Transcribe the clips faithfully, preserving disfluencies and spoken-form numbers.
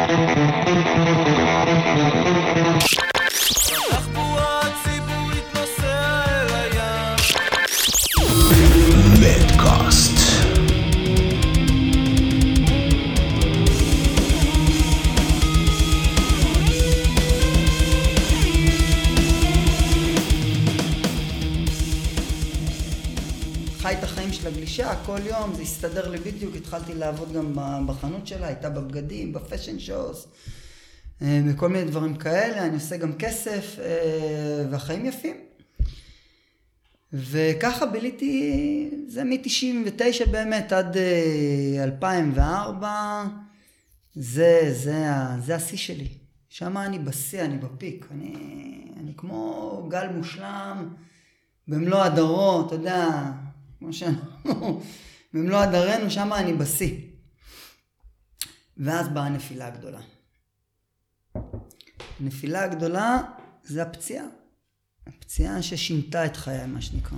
התחבורה הציבורית נוסע אל הים. מדקאסט. חי את החיים של הגלישה, כל יום זה הסתדר לי בדיוק, התחלתי לעבוד גם בחנות שלה, הייתה בבגדים, בפשן שואוס, בכל מיני דברים כאלה, אני עושה גם כסף, והחיים יפים. וככה ביליתי, זה מ-תשעים ותשע באמת עד אלפיים וארבע, זה, זה, זה השיא שלי. שם אני בשיא, אני בפיק, אני, אני כמו גל מושלם, במלוא הדרו, אתה יודע, כמו שאנחנו, במלוא הדרנו, שם אני בשיא. ואז באה הנפילה הגדולה. הנפילה הגדולה זה הפציעה. הפציעה ששינתה את חיי, מה שנקרא.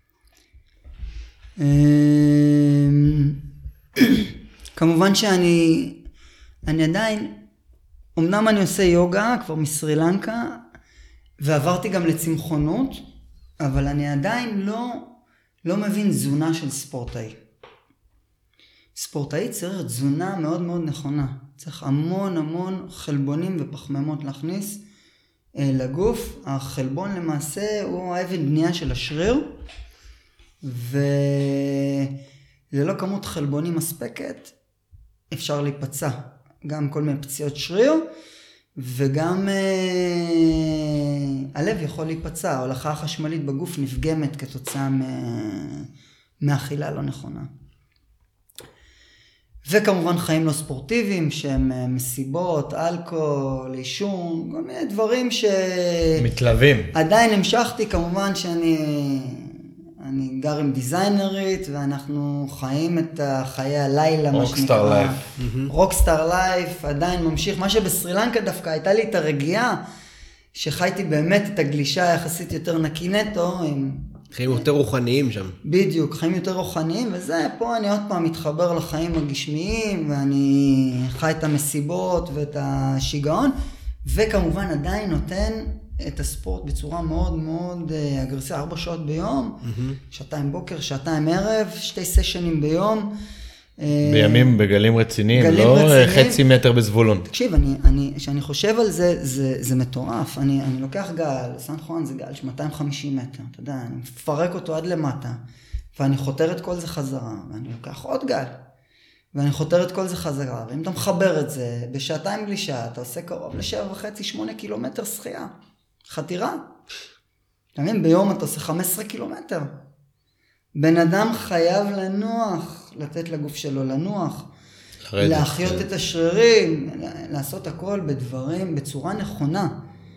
כמובן שאני, אני עדיין, אמנם אני עושה יוגה כבר מסרי לנקה, ועברתי גם לצמחונות, אבל אני עדיין לא, לא מבין תזונה של ספורטאי. ספורטאי צריך תזונה מאוד מאוד נכונה. צריך המון המון חלבונים ופחמימות להכניס אה, לגוף. החלבון למעשה הוא האבן בנייה של השריר, וללא כמות חלבונים מספקת אפשר להיפצע. גם כל מיני פציעות שריר, וגם אה, הלב יכול להיפצע, ההולכה החשמלית בגוף נפגמת כתוצאה מאכילה לא נכונה. וכמובן חיים לא ספורטיביים, שהם מסיבות, אלכוהול, עישון, כל מיני דברים ש... מתלווים. עדיין המשכתי, כמובן שאני אני גר עם דיזיינרית, ואנחנו חיים את חיי הלילה, מה רוקסטאר לייף. רוקסטאר לייף, עדיין ממשיך. מה שבסרי לנקה דווקא הייתה לי את הרגיעה, שחייתי באמת את הגלישה יחסית יותר נקי נטו. עם... חיים יותר רוחניים שם. בדיוק, חיים יותר רוחניים, וזה, פה אני עוד פעם מתחבר לחיים הגשמיים, ואני חי את המסיבות ואת השיגעון, וכמובן עדיין נותן את הספורט בצורה מאוד מאוד אגרסיבית, ארבע שעות ביום, mm-hmm. שעתיים בוקר, שעתיים ערב, שתי סשנים ביום. בימים בגלים רציניים, גלים לא רציניים. חצי מטר בזבולון. תקשיב, אני, אני, שאני חושב על זה, זה, זה מטורף. אני, אני לוקח גל, סן חואן זה גל של מאתיים וחמישים מטר, אתה יודע, אני מפרק אותו עד למטה, ואני חותר את כל זה חזרה, ואני לוקח עוד גל, ואני חותר את כל זה חזרה, ואם אתה מחבר את זה, בשעתיים גלישה, אתה עושה קרוב לשבע וחצי, שמונה קילומטר שחייה. חתירה. אתה מבין, ביום אתה עושה חמישה עשר קילומטר. בן אדם חייב לנוח, לתת לגוף שלו לנוח, להחיות את השרירים, לעשות הכל בדברים, בצורה נכונה.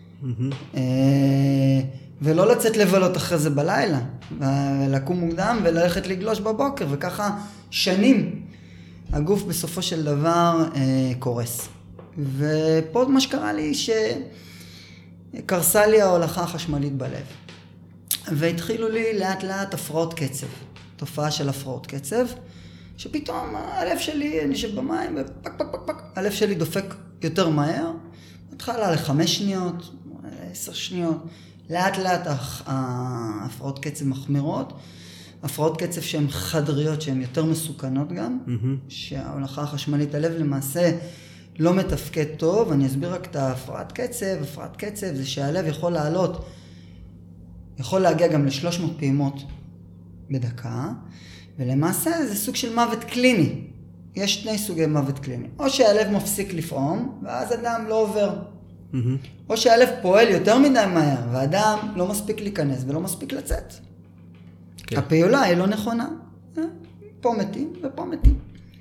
ולא לצאת לבלות אחרי זה בלילה, ולקום מוקדם וללכת לגלוש בבוקר, וככה שנים הגוף בסופו של דבר קורס. ופה מה שקרה לי ש... קרסה לי ההולכה החשמלית בלב. והתחילו לי לאט לאט הפרעות קצב. תופעה של הפרעות קצב, שפתאום הלב שלי, אני יושב במים, ופק פק פק פק, הלב שלי דופק יותר מהר. התחלה לחמש שניות, עשר שניות. לאט לאט ההפרעות קצב מחמירות. הפרעות קצב שהן חדריות, שהן יותר מסוכנות גם. Mm-hmm. שההולכה החשמלית הלב למעשה לא מתפקד טוב. אני אסביר רק את ההפרעת קצב. הפרעת קצב זה שהלב יכול לעלות, יכול להגיע גם ל-שלוש מאות פעימות בדקה, ולמעשה זה סוג של מוות קליני. יש שני סוגי מוות קליני. או שהלב מפסיק לפעום, ואז אדם לא עובר. Mm-hmm. או שהלב פועל יותר מדי מהר, ואדם לא מספיק להיכנס ולא מספיק לצאת. Okay. הפעולה היא לא נכונה. פה מתים ופה מתים.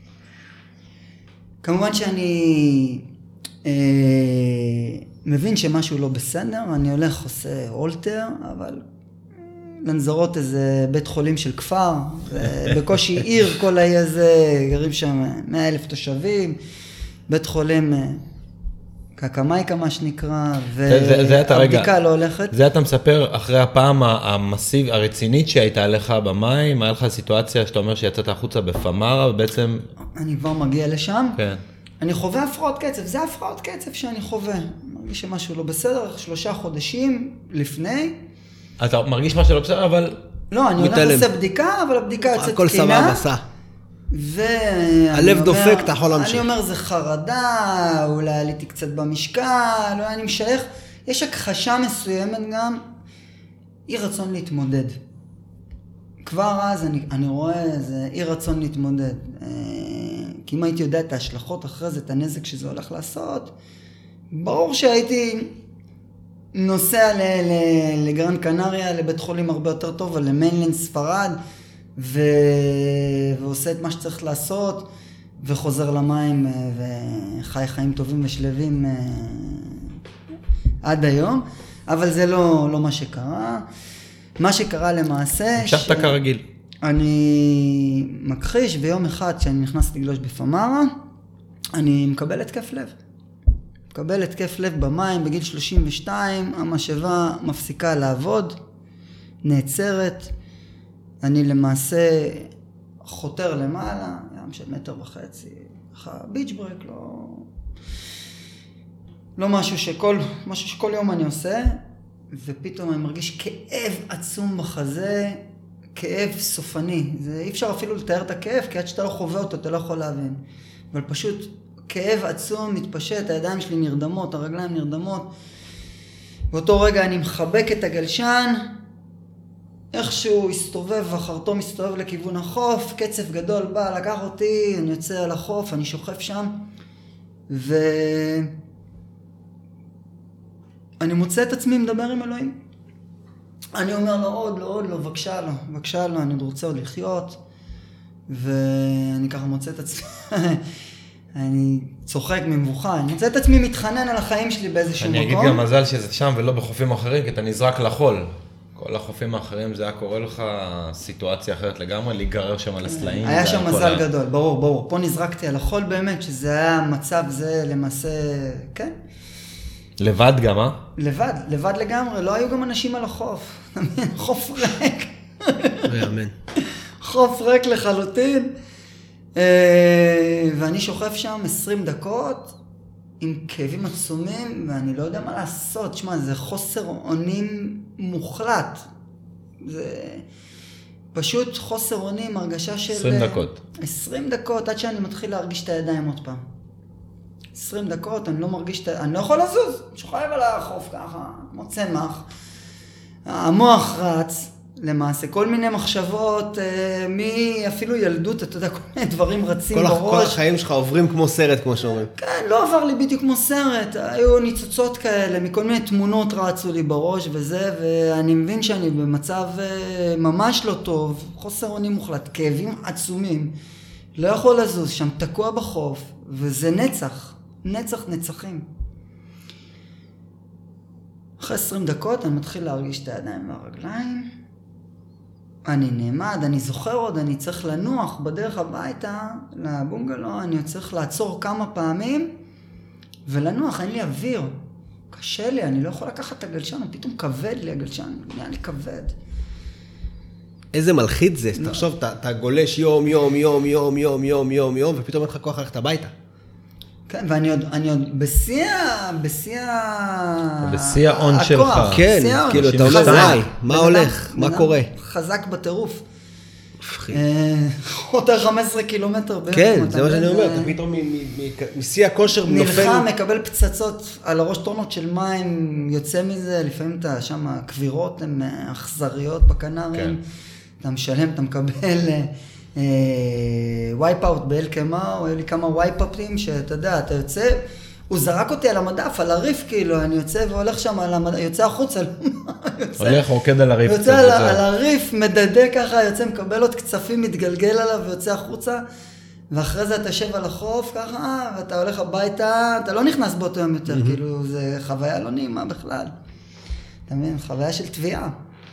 כמובן שאני אה, מבין שמשהו לא בסדר, אני הולך עושה הולטר, אבל לנזרות איזה בית חולים של כפר, בקושי עיר, כל האי הזה, גרים שם מאה אלף תושבים, בית חולים קקמייקה מה שנקרא, והבדיקה לא הולכת. זה אתה מספר אחרי הפעם המסיב, הרצינית שהייתה לך במים, היה לך סיטואציה שאתה אומר שיצאת החוצה בפמרה, ובעצם... אני כבר מגיע לשם. כן. אני חווה הפרעות קצב, זה הפרעות קצב שאני חווה. אני מרגיש שמשהו לא בסדר, שלושה חודשים לפני. אתה מרגיש משהו לא בסדר, אבל... לא, אני הולך לעשות בדיקה, אבל הבדיקה יוצאת תקינה. הכל סבבה, סע. הלב דופק, אתה יכול להמשיך. אני אומר, זה חרדה, אולי עליתי קצת במשקל, אולי אני משייך. יש הכחשה מסוימת גם, אי רצון להתמודד. כבר אז אני, אני רואה איזה אי רצון להתמודד. כי אם הייתי יודע את ההשלכות אחרי זה, את הנזק שזה הולך לעשות, ברור שהייתי נוסע לגרן קנריה, לבית חולים הרבה יותר טוב, אבל למיינלנד ספרד, ו... ועושה את מה שצריך לעשות, וחוזר למים, וחי חיים טובים ושלבים עד היום. אבל זה לא, לא מה שקרה. מה שקרה למעשה... המשכת ש... כרגיל. אני מכחיש, ויום אחד כשאני נכנס לגלוש בפמרה, אני מקבל התקף לב. מקבל התקף לב במים בגיל שלושים ושתיים, המשאבה מפסיקה לעבוד, נעצרת. אני למעשה חותר למעלה, ים של מטר וחצי, ככה ביץ' ברק, לא... לא משהו שכל, משהו שכל יום אני עושה, ופתאום אני מרגיש כאב עצום בחזה, כאב סופני. זה אי אפשר אפילו לתאר את הכאב, כי עד שאתה לא חווה אותו, אתה לא יכול להבין. אבל פשוט כאב עצום מתפשט, הידיים שלי נרדמות, הרגליים נרדמות. באותו רגע אני מחבק את הגלשן, איכשהו הסתובב, החרטום מסתובב לכיוון החוף, קצף גדול בא, לקח אותי, אני יוצא על החוף, אני שוכב שם, ו... אני מוצא את עצמי מדבר עם אלוהים. אני אומר לו עוד, לא עוד, לא, בבקשה לו, בבקשה לו, אני רוצה עוד לחיות. ואני ככה מוצא את עצמי, אני צוחק ממבוכה, אני מוצא את עצמי מתחנן על החיים שלי באיזשהו מקום. אני אגיד גם מזל שזה שם ולא בחופים אחרים, כי אתה נזרק לחול. כל החופים האחרים זה היה קורה לך סיטואציה אחרת לגמרי, להיגרר שם על הסלעים. היה שם מזל גדול, ברור, ברור. פה נזרקתי על החול באמת, שזה היה מצב זה למעשה, כן. לבד גם, אה? לבד, לבד לגמרי, לא היו גם אנשים על החוף. חוף ריק. אמן. חוף ריק לחלוטין. ואני שוכב שם עשרים דקות, עם כאבים עצומים, ואני לא יודע מה לעשות. שמה, זה חוסר אונים מוחלט. זה פשוט חוסר אונים, הרגשה של... עשרים דקות. עשרים דקות, עד שאני מתחיל להרגיש את הידיים עוד פעם. עשרים דקות, אני לא מרגיש, אני לא יכול לזוז, שוכב על החוף ככה, כמו צמח. המוח רץ, למעשה, כל מיני מחשבות, מי אפילו ילדות, אתה יודע, כל מיני דברים רצים כל בראש. כל החיים שלך עוברים כמו סרט, כמו שאומרים. כן, לא עבר לי בדיוק כמו סרט, היו ניצוצות כאלה, מכל מיני תמונות רצו לי בראש וזה, ואני מבין שאני במצב ממש לא טוב, חוסר אונים מוחלט, כאבים עצומים, לא יכול לזוז, שם תקוע בחוף, וזה נצח. נצח נצחים. אחרי עשרים דקות אני מתחיל להרגיש את הידיים והרגליים. אני נעמד, אני זוכר עוד, אני צריך לנוח בדרך הביתה לבונגלו, אני צריך לעצור כמה פעמים ולנוח, אין לי אוויר. קשה לי, אני לא יכול לקחת את הגלשן, פתאום כבד לי הגלשן, נהיה לי כבד. איזה מלחיץ זה, תחשוב, אתה גולש יום, יום, יום, יום, יום, יום, יום, יום, ופתאום אין לך כוח ללכת הביתה. כן, ואני עוד, אני עוד בשיא, בשיא בשיא ההון שלך. כן, כאילו, אתה אומר, וואי, מה הולך? מה קורה? חזק בטירוף. יותר חמישה עשר קילומטר. כן, זה מה שאני אומר, אתה פתאום משיא הכושר נופל. נלחם, מקבל פצצות על הראש, טונות של מים, יוצא מזה, לפעמים אתה שם, הכבירות הן אכזריות בקנרים, אתה משלם, אתה מקבל... וייפ-אוט באל-קמאו, היו לי כמה וייפ-אוטים שאתה יודע, אתה יוצא, הוא זרק אותי על המדף, על הריף כאילו, אני יוצא והולך שם על המדף, יוצא החוץ, הולך רוקד על הריף. יוצא על הריף, מדדה ככה, יוצא מקבל עוד קצפים, מתגלגל עליו ויוצא החוצה, ואחרי זה אתה יושב על החוף ככה, ואתה הולך הביתה, אתה לא נכנס באותו יום יותר, כאילו, זה חוויה לא נעימה בכלל. אתה מבין? חוויה של תביעה.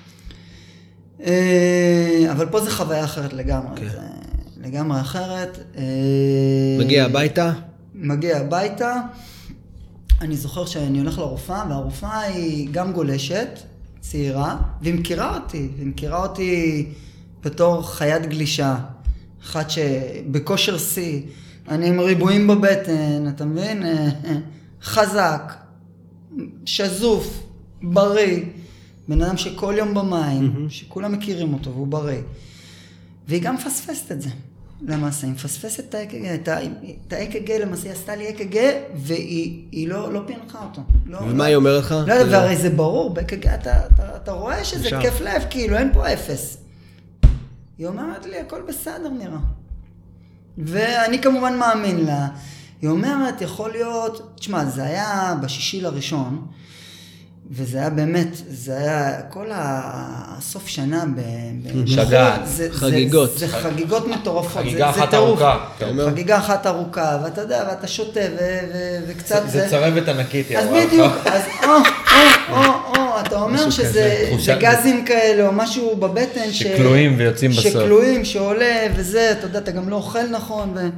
אבל פה זה חוויה אחרת לגמרי, זה לגמרי אחרת. מגיע הביתה? מגיע הביתה, אני זוכר שאני הולך לרופאה, והרופאה היא גם גולשת, צעירה, והיא מכירה אותי, והיא מכירה אותי בתור חיית גלישה, אחת שבכושר C, אני עם ריבועים בבטן, אתה מבין? חזק, שזוף, בריא, בן אדם שכל יום במים, שכולם מכירים אותו והוא בריא. והיא גם מפספסת את זה, למעשה. היא מפספסת את ה-אק"ג, למעשה היא עשתה לי אק"ג, והיא לא, לא פינחה אותו. לא, ומה לא, היא אומרת לך? לא, והרי זה ברור, ב-אק"ג אתה, אתה, אתה רואה שזה כיף לב, כאילו, אין פה אפס. היא אומרת לי, הכל בסדר נראה. ואני כמובן מאמין לה. היא אומרת, יכול להיות, תשמע, זה היה בשישי לראשון, וזה היה באמת, זה היה כל הסוף שנה ב... שגעת, חגיגות. זה חגיגות מטורפות. חגיגה אחת ארוכה. חגיגה אחת ארוכה, ואתה יודע, ואתה שותה, וקצת זה... זה צרבת ענקית, אז בדיוק, אז או, או, או, או, אתה אומר שזה גזים כאלה, או משהו בבטן, שכלואים ויוצאים בסוף. שכלואים, שעולה, וזה, אתה יודע, אתה גם לא אוכל נכון, ו...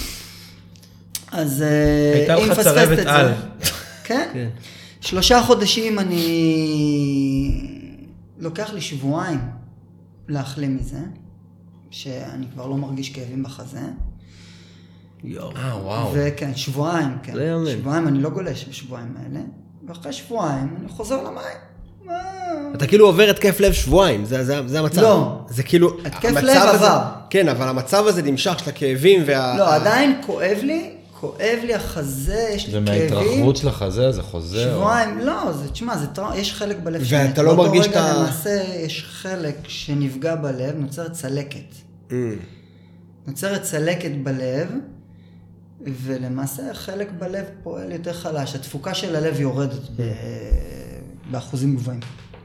אז היא מפספסת את זה. כן? שלושה חודשים אני... לוקח לי שבועיים להחלים מזה, שאני כבר לא מרגיש כאבים בחזה. אה, וואו. וכן, שבועיים, כן. לא יאמן. שבועיים, אני לא גולש בשבועיים האלה. ואחרי שבועיים אני חוזר למים. אתה כאילו עובר התקף לב שבועיים, זה, זה, זה המצב. לא. זה כאילו... התקף לב עבר. כן, אבל המצב הזה נמשך של הכאבים וה... לא, עדיין כואב לי. כואב לי החזה, יש לי זה כאבים. זה מההתרחבות של החזה, זה חוזר? שבועיים, או... לא, זה, תשמע, זה, יש חלק בלב ואתה לא מרגיש את ה... באותו רגע למעשה יש חלק שנפגע בלב, נוצרת צלקת. Mm. נוצרת צלקת בלב, ולמעשה חלק בלב פועל יותר חלש. התפוקה של הלב יורדת ב... באחוזים גבוהים.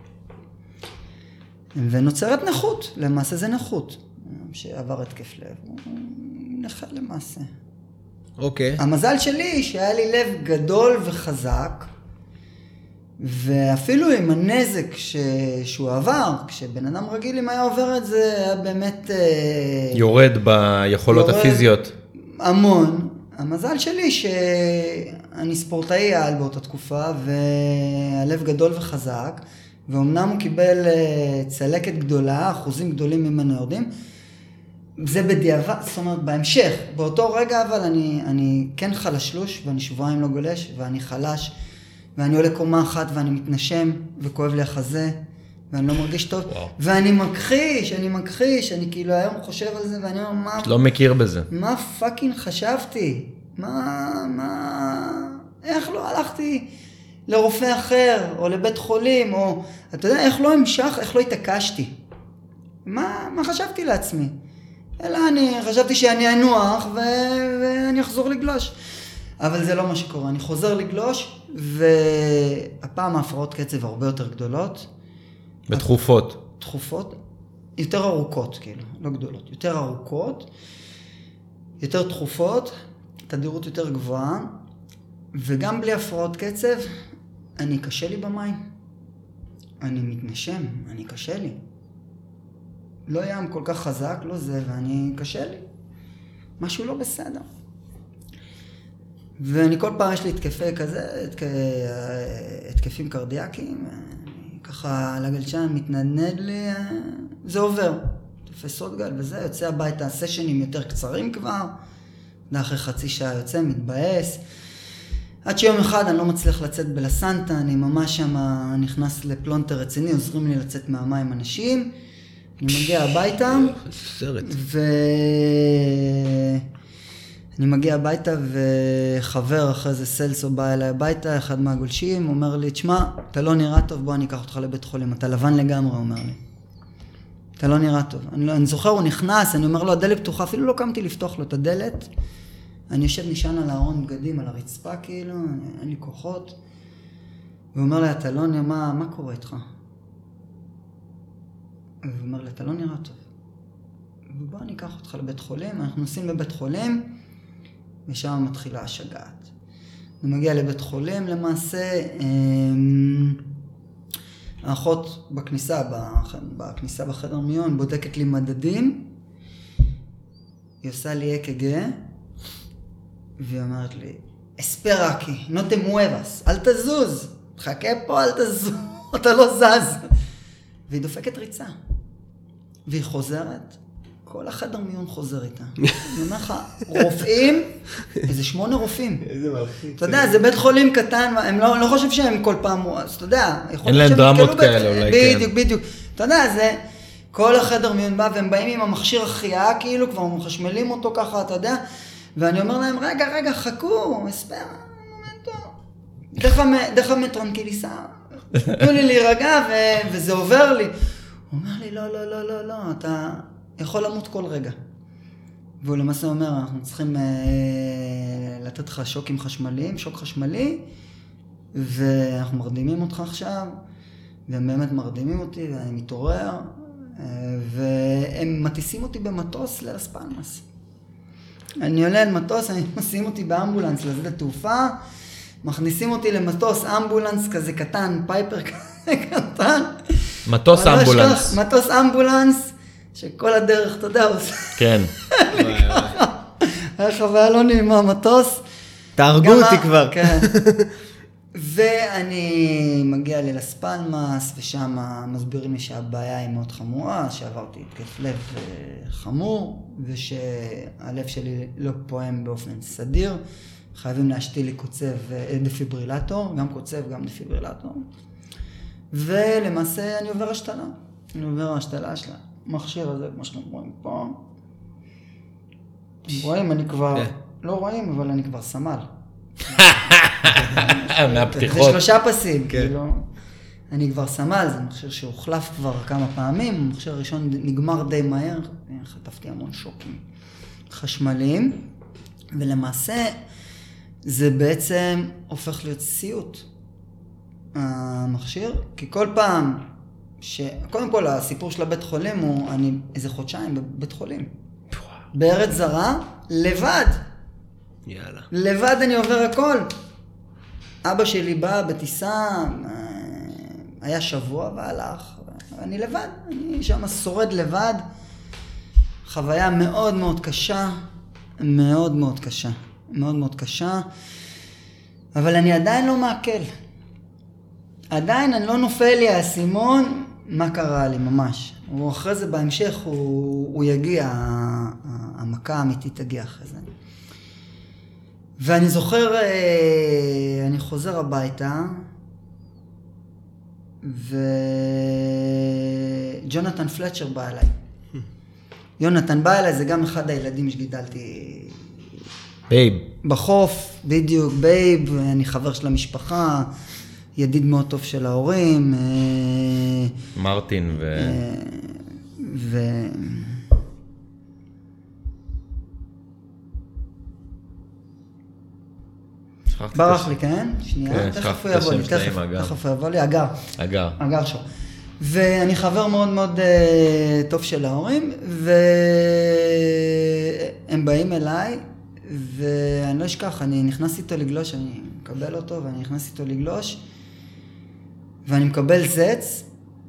ונוצרת נכות, למעשה זה נכות. שעבר התקף לב, הוא נכה למעשה. אוקיי. Okay. המזל שלי שהיה לי לב גדול וחזק, ואפילו עם הנזק ש... שהוא עבר, כשבן אדם רגיל אם היה עובר את זה, היה באמת... יורד ביכולות יורד הפיזיות. המון. המזל שלי שאני ספורטאי על באותה תקופה, והלב גדול וחזק, ואומנם הוא קיבל צלקת גדולה, אחוזים גדולים ממנו יורדים, זה בדיעבד, זאת אומרת, בהמשך, באותו רגע אבל אני, אני כן חלשלוש, ואני שבועיים לא גולש, ואני חלש, ואני עולה קומה אחת, ואני מתנשם, וכואב לי החזה, ואני לא מרגיש טוב, וואו. ואני מכחיש, אני מכחיש, אני כאילו היום חושב על זה, ואני אומר, מה... לא מכיר בזה. מה פאקינג חשבתי? מה, מה... איך לא הלכתי לרופא אחר, או לבית חולים, או... אתה יודע, איך לא המשך, איך לא התעקשתי? מה, מה חשבתי לעצמי? אלא אני חשבתי שאני אנוח ו... ואני אחזור לגלוש. אבל זה לא מה שקורה. אני חוזר לגלוש, והפעם ההפרעות קצב הרבה יותר גדולות. בתחופות. תחופות. יותר ארוכות, כאילו. לא גדולות. יותר ארוכות. יותר תחופות. תדירות יותר גבוהה. וגם בלי הפרעות קצב, אני קשה לי במים. אני מתנשם. אני קשה לי. לא ים כל כך חזק, לא זה, ואני קשה לי. משהו לא בסדר. ואני כל פעם יש לי התקפי כזה, התק... התקפים קרדיאקיים, ככה על הגלשן מתנדנד לי, זה עובר. תופס עוד גל וזה, יוצא הביתה, סשנים יותר קצרים כבר, אחרי חצי שעה יוצא, מתבאס. עד שיום אחד אני לא מצליח לצאת בלסנטה, אני ממש שם נכנס לפלונטר רציני, עוזרים לי לצאת מהמים אנשים, אני מגיע הביתה, ואני מגיע הביתה וחבר אחרי זה סלסו בא אליי הביתה, אחד מהגולשים, אומר לי, תשמע, אתה לא נראה טוב, בוא אני אקח אותך לבית חולים, אתה לבן לגמרי, אומר לי. אתה לא נראה טוב. אני, אני זוכר, הוא נכנס, אני אומר לו, הדלת פתוחה, אפילו לא קמתי לפתוח לו את הדלת, אני יושב נשען על הארון בגדים, על הרצפה כאילו, אין לי כוחות, והוא אומר לי, אתה לא נראה, מה, מה קורה איתך? והוא אומר לי, אתה לא נראה טוב. ובוא אני אקח אותך לבית חולים, אנחנו נוסעים לבית חולים, ושם מתחילה השגעת. אני מגיע לבית חולים, למעשה, האחות בכניסה, בכניסה בחדר מיון, בודקת לי מדדים, היא עושה לי אק"ג, והיא אומרת לי, אספרקי, no te muevas, אל תזוז, תחכה פה, אל תזוז, אתה לא זז. והיא דופקת ריצה. והיא חוזרת, כל החדר מיון חוזר איתה. אני אומר לך, רופאים, איזה שמונה רופאים. איזה מלחיץ. אתה יודע, זה בית חולים קטן, הם לא, לא חושב שהם כל פעם, אז אתה יודע, אין להם דרמות כאלה אולי, כן. בדיוק, בדיוק. אתה יודע, זה, כל החדר מיון בא, והם באים עם המכשיר החייאה, כאילו, כבר מחשמלים אותו ככה, אתה יודע, ואני אומר להם, רגע, רגע, חכו, אספר, מומנטו, דרך מטרנקיליסה, תנו לי להירגע, וזה עובר לי. הוא אומר לי, לא, לא, לא, לא, לא, אתה יכול למות כל רגע. והוא למעשה אומר, אנחנו צריכים אה, לתת לך שוקים חשמליים, שוק חשמלי, ואנחנו מרדימים אותך עכשיו, והם באמת מרדימים אותי, ואני מתעורר, אה, והם מטיסים אותי במטוס ללס פלמאס. אני עולה על מטוס, הם מסיעים אותי באמבולנס לשדה תעופה, מכניסים אותי למטוס אמבולנס כזה קטן, פייפר כזה קטן. מטוס אמבולנס. מטוס אמבולנס, שכל הדרך, אתה יודע, עושה. כן. היה חוויה לא נעימה, מטוס. תהרגו אותי כבר. כן. ואני מגיע ללס פלמאס, ושם מסבירים לי שהבעיה היא מאוד חמורה, שעברתי התקף לב חמור, ושהלב שלי לא פועם באופן סדיר. חייבים להשתיל לי קוצב דפיברילטור, גם קוצב, גם דפיברילטור. ולמעשה אני עובר השתלה. אני עובר השתלה של המכשיר הזה, כמו שאתם רואים פה. אתם רואים, אני כבר, לא רואים, אבל אני כבר סמל. מהפתיחות. זה שלושה פסים, כאילו. אני כבר סמל, זה מכשיר שהוחלף כבר כמה פעמים, המכשיר הראשון נגמר די מהר, חטפתי המון שוקים חשמליים, ולמעשה זה בעצם הופך להיות סיוט. המכשיר, כי כל פעם ש... קודם כל, הסיפור של הבית חולים הוא, אני איזה חודשיים בבית חולים. בארץ זרה, לבד. יאללה. לבד אני עובר הכל. אבא שלי בא בטיסה, היה שבוע והלך. אני לבד, אני שם שורד לבד. חוויה מאוד מאוד קשה, מאוד מאוד קשה. מאוד מאוד קשה. אבל אני עדיין לא מעכל. עדיין אני לא נופל לי האסימון, מה קרה לי ממש. הוא אחרי זה בהמשך, הוא, הוא יגיע, המכה האמיתית תגיע אחרי זה. ואני זוכר, אני חוזר הביתה, וג'ונתן פלצ'ר בא אליי. יונתן בא אליי, זה גם אחד הילדים שגידלתי. בייב. בחוף, בדיוק, בייב, אני חבר של המשפחה. ידיד מאוד טוב של ההורים. מרטין ו... ו... ברח לי, כן? שנייה, תכף הוא יבוא לי, תכף הוא יבוא לי, אגר. אגר. אגר שו. ואני חבר מאוד מאוד טוב של ההורים, והם באים אליי, ואני לא אשכח, אני נכנס איתו לגלוש, אני מקבל אותו, ואני נכנס איתו לגלוש, ואני מקבל זץ,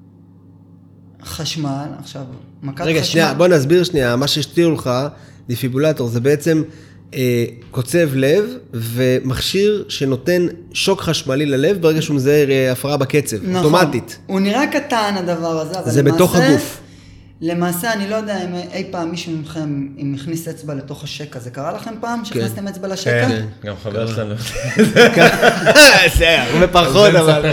חשמל, עכשיו, מכת חשמל. רגע, שנייה, בוא נסביר שנייה, מה שהשתילו לך, דיפיבולטור, זה בעצם אה, קוצב לב, ומכשיר שנותן שוק חשמלי ללב, ברגע שהוא מזהה הפרעה בקצב, נכון. אוטומטית. הוא נראה קטן הדבר הזה, אבל זה למעשה, בתוך הגוף. למעשה, אני לא יודע אם אי פעם מישהו מכם, אם הכניס אצבע לתוך השקע, זה קרה לכם פעם שהכנסתם אצבע לשקע? כן, גם חבר שלנו. זה הרבה פחות, אבל...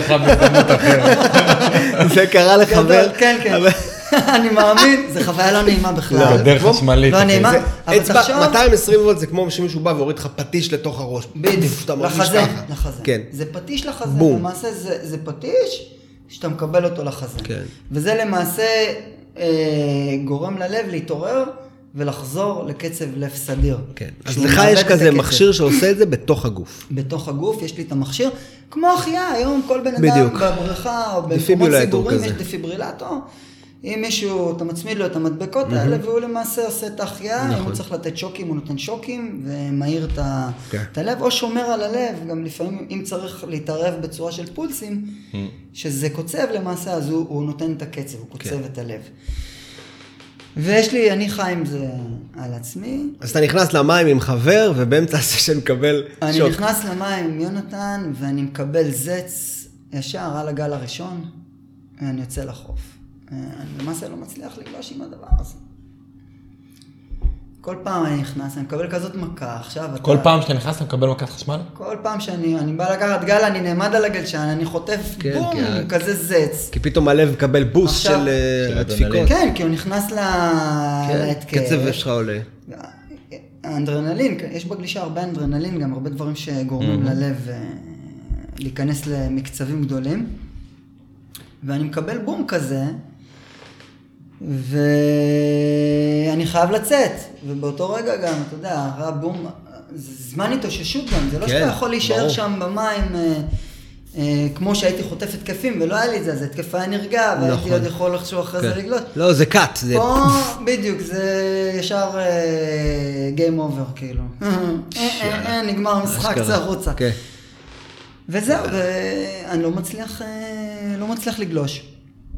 זה קרה לחבר. כן, כן. אני מאמין, זה חוויה לא נעימה בכלל. לא, דרך חשמלית. לא נעימה, אבל תחשוב... מאתיים ועשרים וולט זה כמו שמישהו בא והוריד לך פטיש לתוך הראש. בדיוק, לחזה, לחזה. כן. זה פטיש לחזה, למעשה זה פטיש שאתה מקבל אותו לחזה. וזה למעשה גורם ללב להתעורר ולחזור לקצב לב סדיר. כן. אז לך יש כזה מכשיר שעושה את זה בתוך הגוף. בתוך הגוף, יש לי את המכשיר, כמו החייאה, היום כל בן אדם בבריכה או במקומות ציבוריים יש דפיברילטור. אם מישהו, אתה מצמיד לו את המדבקות האלה, והוא למעשה עושה את ההחייאה, אם הוא צריך לתת שוקים, הוא נותן שוקים, ומהיר את הלב, או שומר על הלב, גם לפעמים, אם צריך להתערב בצורה של פולסים, שזה קוצב למעשה, אז הוא נותן את הקצב, הוא קוצב את הלב. ויש לי, אני חי עם זה על עצמי. אז אתה נכנס למים עם חבר, ובאמצע הסשן מקבל שוק. אני נכנס למים עם יונתן, ואני מקבל זץ ישר על הגל הראשון, ואני יוצא לחוף. אני למעשה לא מצליח לגלוש עם הדבר הזה. כל פעם אני נכנס, אני מקבל כזאת מכה, עכשיו אתה... כל פעם שאתה נכנס, אתה מקבל מכת חשמל? כל פעם שאני אני בא לקחת גל, אני נעמד על הגלשן, אני חוטף כן, בום, כי- כזה זץ. כי פתאום הלב מקבל בוסט עכשיו- של אה, של הדפיקות. אדרנלין. כן, כי הוא נכנס ל- כן, להתקף. קצב שלך עולה. האנדרנלין, יש בגלישה הרבה אנדרנלין, גם הרבה דברים שגורמים ללב אה, להיכנס למקצבים גדולים. ואני מקבל בום כזה, ואני חייב לצאת. ובאותו רגע גם, אתה יודע, אחרי הבום, זה זמן התאוששות גם, זה לא כן, שאתה יכול להישאר ברור. שם במים, אה, אה, כמו שהייתי חוטף התקפים, ולא היה לי את זה, אז התקף היה נרגע, והייתי נכון. עוד יכול לחשוב אחרי זה כן. לגלות. לא, זה קאט. זה... פה, בדיוק, זה ישר גיים אובר, כאילו. אה, אה, אה, נגמר המשחק, אשכרה. צא החוצה. כן. וזהו, ואני לא מצליח, אה, לא מצליח לגלוש.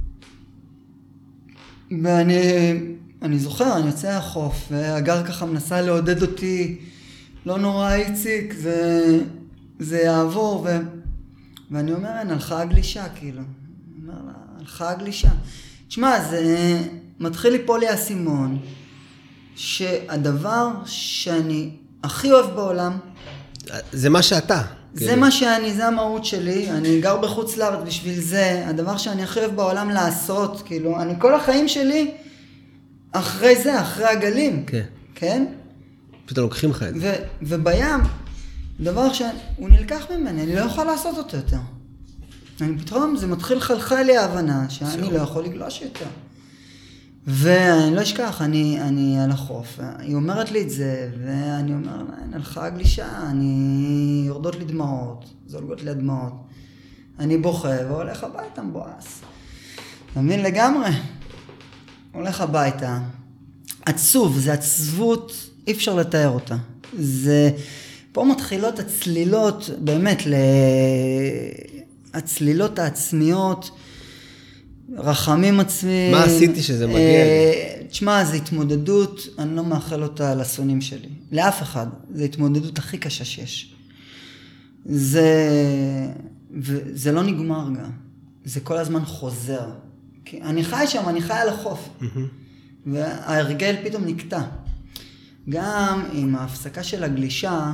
ואני אני זוכר, אני יוצא החוף, והגר ככה מנסה לעודד אותי, לא נורא איציק, זה, זה יעבור, ו... ואני אומר, אין, הלכה הגלישה, כאילו. אני אומר לה, הלכה הגלישה. תשמע, זה מתחיל ליפול לי האסימון, שהדבר שאני הכי אוהב בעולם, זה מה שאתה. זה מה שאני, זה המהות שלי, אני גר בחוץ לארץ בשביל זה, הדבר שאני הכי אוהב בעולם לעשות, כאילו, אני כל החיים שלי אחרי זה, אחרי הגלים, כן. כן? פתאום לוקחים לך את זה. ו- ובים, דבר שהוא נלקח ממני, אני לא יכול לעשות אותו יותר. אני פתאום, זה מתחיל חלחל לי ההבנה שאני לא יכול לגלוש יותר. ואני לא אשכח, אני, אני על החוף, היא אומרת לי את זה, ואני אומר לה, אין, הלכה הגלישה, אני יורדות לי דמעות, זולגות לי הדמעות. אני בוכה והולך הביתה מבואס. אתה מבין לגמרי? הולך הביתה. עצוב, זה עצבות, אי אפשר לתאר אותה. זה, פה מתחילות הצלילות, באמת, הצלילות העצמיות, רחמים עצמיים. מה עשיתי שזה מגיע לי? תשמע, זו התמודדות, אני לא מאחל אותה לשונאים שלי. לאף אחד. זו התמודדות הכי קשה שיש. זה, וזה לא נגמר גם. זה כל הזמן חוזר. כי אני חי שם, אני חי על החוף. וההרגל פתאום נקטע. גם עם ההפסקה של הגלישה,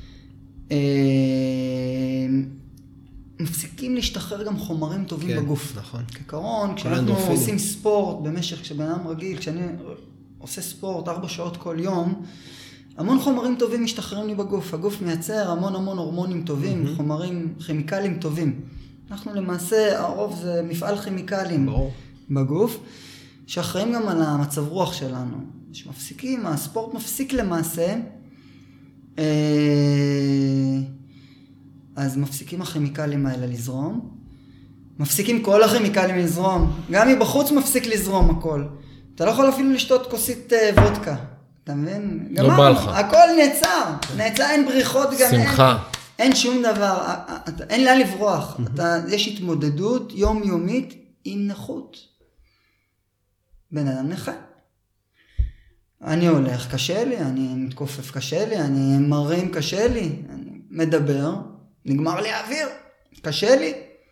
מפסיקים להשתחרר גם חומרים טובים כן, בגוף. נכון. כעיקרון, כשאנחנו אנדורפינים. עושים ספורט במשך, כשבן אדם רגיל, כשאני עושה ספורט ארבע שעות כל יום, המון חומרים טובים משתחררים לי בגוף. הגוף מייצר המון המון הורמונים טובים, mm-hmm. חומרים כימיקליים טובים. אנחנו למעשה, הרוב זה מפעל כימיקליים ברור. בגוף, שאחראים גם על המצב רוח שלנו. שמפסיקים, הספורט מפסיק למעשה, אה, אז מפסיקים הכימיקלים האלה לזרום, מפסיקים כל הכימיקלים לזרום, גם מבחוץ מפסיק לזרום הכל. אתה לא יכול אפילו לשתות כוסית אה, וודקה, אתה מבין? לא בא לך. הכל נעצר, נעצר, אין בריחות גם, שמחה. אין, אין שום דבר, אין לאן לברוח. אתה, יש התמודדות יומיומית עם נכות. בן אדם נכה. אני הולך, קשה לי, אני מתכופף, קשה לי, אני מרים, קשה לי, אני מדבר, נגמר לי האוויר, קשה לי.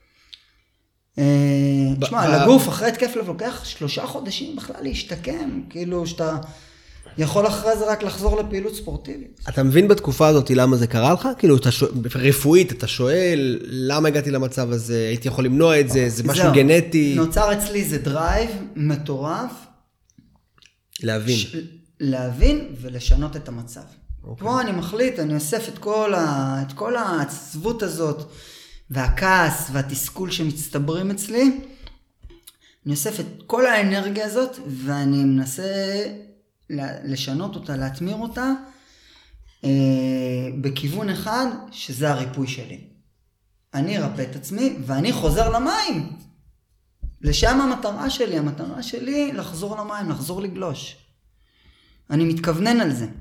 תשמע, לגוף, אחרי התקף לב, לוקח שלושה חודשים בכלל להשתקם, כאילו שאתה יכול אחרי זה רק לחזור לפעילות ספורטיבית. אתה מבין בתקופה הזאת למה זה קרה לך? כאילו, אתה שואל, רפואית, אתה שואל, למה הגעתי למצב הזה? הייתי יכול למנוע את זה? זה משהו זהו, גנטי? נוצר אצלי זה דרייב מטורף. להבין. ש... להבין ולשנות את המצב. Okay. פה אני מחליט, אני אוסף את כל, ה... את כל העצבות הזאת, והכעס והתסכול שמצטברים אצלי, אני אוסף את כל האנרגיה הזאת, ואני מנסה לשנות אותה, להטמיר אותה, אה, בכיוון אחד, שזה הריפוי שלי. אני ארפא את עצמי, ואני חוזר למים. לשם המטרה שלי, המטרה שלי לחזור למים, לחזור לגלוש. אני מתכוונן על זה.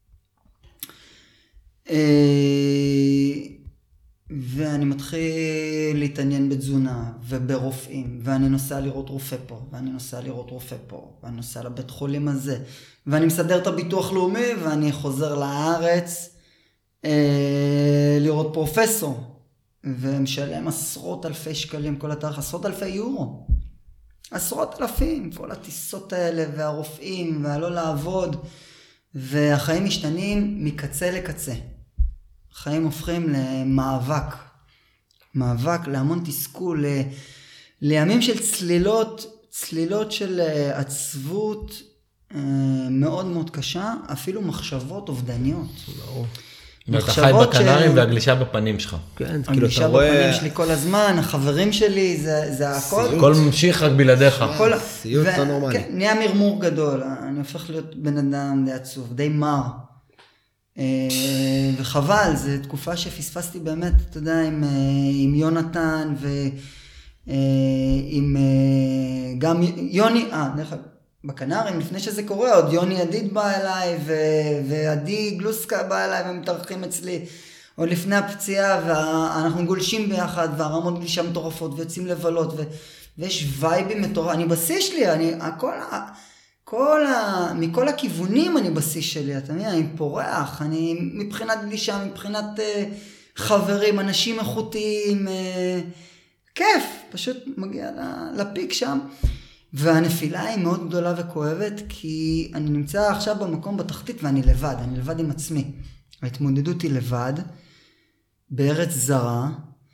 ואני מתחיל להתעניין בתזונה וברופאים, ואני נוסע לראות רופא פה, ואני נוסע לראות רופא פה, ואני נוסע לבית חולים הזה, ואני מסדר את הביטוח לאומי, ואני חוזר לארץ לראות פרופסור, ומשלם עשרות אלפי שקלים, כל התאריך, עשרות אלפי יורו. עשרות אלפים, כל הטיסות האלה, והרופאים, והלא לעבוד, והחיים משתנים מקצה לקצה. החיים הופכים למאבק, מאבק, להמון תסכול, ל... לימים של צלילות, צלילות של עצבות מאוד מאוד קשה, אפילו מחשבות אובדניות. אתה חי בקנרים והגלישה בפנים שלך. כן, כאילו אתה הגלישה רואה... בפנים שלי כל הזמן, החברים שלי, זה, זה הכל. הכל ממשיך רק בלעדיך. כל... סיוט לא נורמלי. כן, נהיה מרמור גדול, אני הופך להיות בן אדם די עצוב, די מר. וחבל, זו תקופה שפספסתי באמת, אתה יודע, עם, עם יונתן ועם גם יוני, אה, דרך אגב, בקנרים, לפני שזה קורה, עוד יוני ידיד בא אליי, ו- ועדי גלוסקה בא אליי, והם מתארחים אצלי, עוד לפני הפציעה, ואנחנו גולשים ביחד, והרמות גלישה מטורפות, ויוצאים לבלות, ו- ויש וייבים מטורף, אני בשיא שלי, אני, הכל, כל ה... מכל הכיוונים אני בשיא שלי, אתה מבין, אני פורח, אני מבחינת גלישה, מבחינת uh, חברים, אנשים איכותיים, uh, כיף, פשוט מגיע לפיק שם, והנפילה היא מאוד גדולה וכואבת, כי אני נמצא עכשיו במקום בתחתית ואני לבד, אני לבד עם עצמי. ההתמודדות היא לבד, בארץ זרה,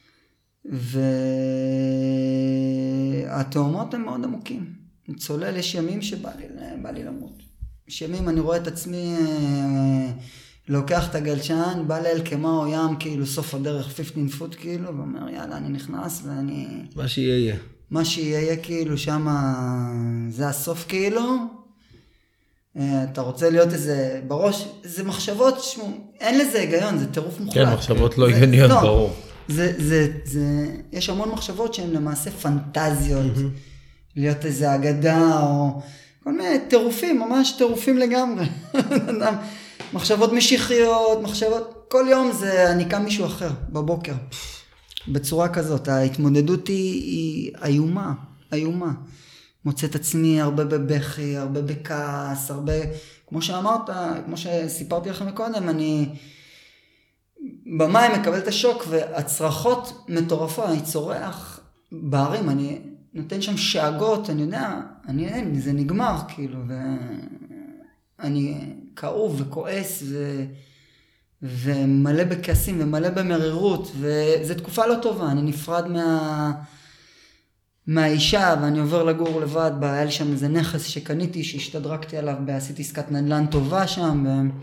והתאומות הן מאוד עמוקים. צולל, יש ימים שבא לי, בא לי למות. יש ימים אני רואה את עצמי, לוקח את הגלשן, בא לאל כמה או ים, כאילו סוף הדרך, חמש עשרה פוט כאילו, ואומר יאללה, אני נכנס ואני... מה שיהיה יהיה. מה שיהיה כאילו שמה, זה הסוף כאילו, אתה רוצה להיות איזה בראש, זה מחשבות, שמו, אין לזה היגיון, זה טירוף מוחלט. כן, מחשבות לא הגיוניות, לא, ברור. זה, זה, זה, יש המון מחשבות שהן למעשה פנטזיות, להיות איזה אגדה, או כל מיני טירופים, ממש טירופים לגמרי. מחשבות משיחיות, מחשבות, כל יום זה, אני קם מישהו אחר, בבוקר. בצורה כזאת, ההתמודדות היא, היא איומה, איומה. מוצא את עצמי הרבה בבכי, הרבה בכעס, הרבה, כמו שאמרת, כמו שסיפרתי לכם מקודם, אני במים מקבל את השוק, והצרחות מטורפות, אני צורח בערים, אני נותן שם שאגות, אני יודע, אני אין, זה נגמר, כאילו, ואני כאוב וכועס, ו... ומלא בכעסים ומלא במרירות, וזו תקופה לא טובה, אני נפרד מה... מהאישה, ואני עובר לגור לבד, היה לי שם איזה נכס שקניתי, שהשתדרקתי עליו, עשיתי עסקת נדל"ן טובה שם,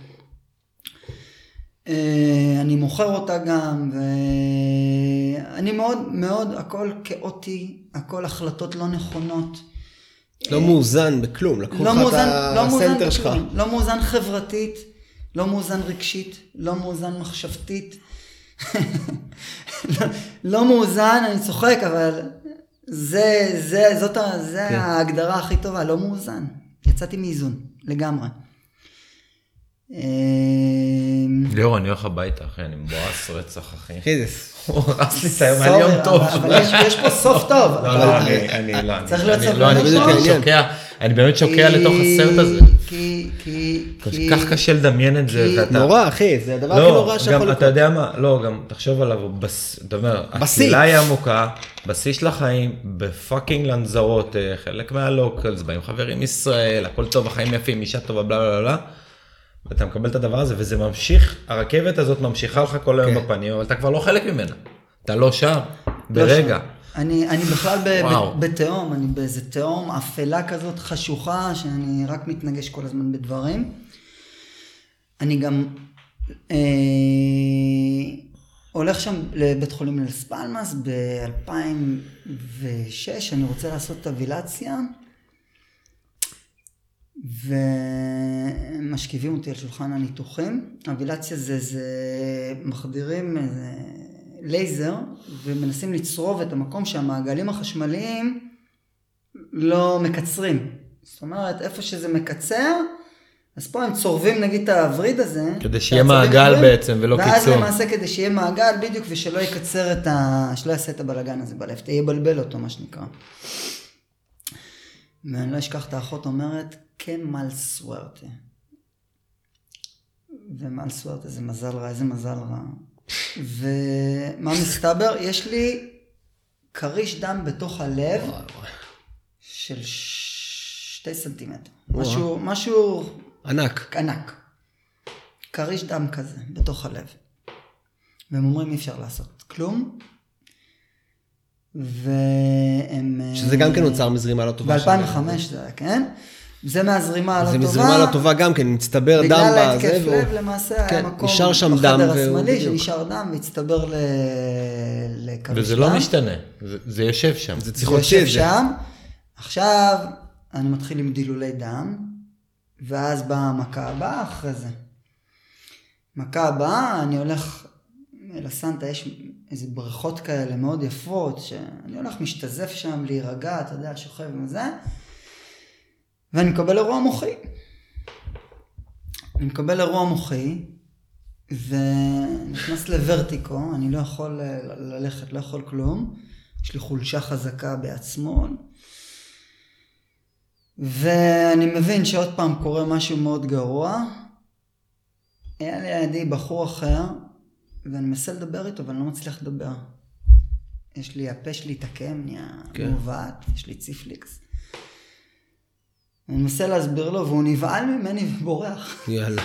ואני מוכר אותה גם, ואני מאוד מאוד, הכל כאוטי, הכל החלטות לא נכונות. לא מאוזן בכלום, לקחו לא לך מאוזן, את לא מאוזן הסנטר שלך. בכלום, לא מאוזן חברתית, לא מאוזן רגשית, לא מאוזן מחשבתית, לא, לא מאוזן, אני צוחק, אבל זה, זה, זאת, זה כן. ההגדרה הכי טובה, לא מאוזן. יצאתי מאיזון, לגמרי. ליאור, אני הולך הביתה, אחי, אני מבואס רצח, אחי. אחי, זה... הוא הרס לי את היום, היה לי יום טוב. אבל יש, יש פה סוף טוב. לא, לא, אני, אני, לא, צריך אני, להיות אני, סבלני. לא, אני בדיוק באמת העניין. שוקע, אני באמת שוקע לתוך הסרט הזה. כי, כי, כל כי... כך קשה לדמיין את זה, כי- ואתה... נורא, אחי, זה הדבר הכי לא, נורא שיכול גם לקרות. אתה יודע מה, לא, גם תחשוב עליו, הוא בס- אתה אומר, בשיא. הצלילה היא עמוקה, בשיא של החיים, בפאקינג לנזרות, אה, חלק מהלוקלס, באים חברים ישראל, הכל טוב, החיים יפים, אישה טובה, בלה בלה בלה, ואתה מקבל את הדבר הזה, וזה ממשיך, הרכבת הזאת ממשיכה לך כל היום כן. בפנים, אבל אתה כבר לא חלק ממנה, אתה לא שם, ברגע. אני, אני בכלל ב, וואו. ב, בתאום, אני באיזה תאום אפלה כזאת חשוכה, שאני רק מתנגש כל הזמן בדברים. אני גם אה, הולך שם לבית חולים לס פלמאס ב-אלפיים ושש, אני רוצה לעשות את הווילציה, ומשכיבים אותי על שולחן הניתוחים. הווילציה זה, זה מחדירים איזה לייזר, ומנסים לצרוב את המקום שהמעגלים החשמליים לא מקצרים. זאת אומרת, איפה שזה מקצר, אז פה הם צורבים נגיד את הווריד הזה. כדי שיהיה שהצורבים מעגל צורבים, בעצם, ולא ואז קיצור. למעשה כדי שיהיה מעגל בדיוק, ושלא יקצר את ה... שלא יעשה את הבלגן הזה בלב, יבלבל אותו מה שנקרא. ואני לא אשכח את האחות אומרת, כן מל סוורטה. ומל סוורטה זה מזל רע, איזה מזל רע. ומה מסתבר? יש לי קריש דם בתוך הלב של שתי סנטימטר. משהו, משהו ענק. ענק. קריש דם כזה, בתוך הלב. והם אומרים אי אפשר לעשות כלום. והם... שזה גם כן נוצר מזרימה לא טובה. ב-אלפיים וחמש זה היה, כן? זה מהזרימה לא זה טובה. מזרימה לא טובה גם כן, מצטבר דם בזה. בגלל ההתקף לב למעשה כן, היה מקום נשאר שם דם בחדר והוא השמאלי בדיוק. שנשאר דם והצטבר לקריש דם. וזה לא משתנה, זה, זה יושב שם. זה צריך זה להוציא יושב את זה. שם. עכשיו אני מתחיל עם דילולי דם, ואז באה המכה הבאה אחרי זה. מכה הבאה, אני הולך אל הסנטה, יש איזה בריכות כאלה מאוד יפות, שאני הולך משתזף שם להירגע, אתה יודע, שוכב וזה, ואני מקבל אירוע מוחי. אני מקבל אירוע מוחי, ונכנס לוורטיקו, אני לא יכול ללכת, לא יכול כלום, יש לי חולשה חזקה ביד שמאל, ואני מבין שעוד פעם קורה משהו מאוד גרוע, היה לידי בחור אחר, ואני מנסה לדבר איתו, אבל אני לא מצליח לדבר. יש לי, הפה שלי תקם, נהיה כן. מובעת, יש לי ציפליקס. אני מנסה להסביר לו, והוא נבעל ממני ובורח. יאללה.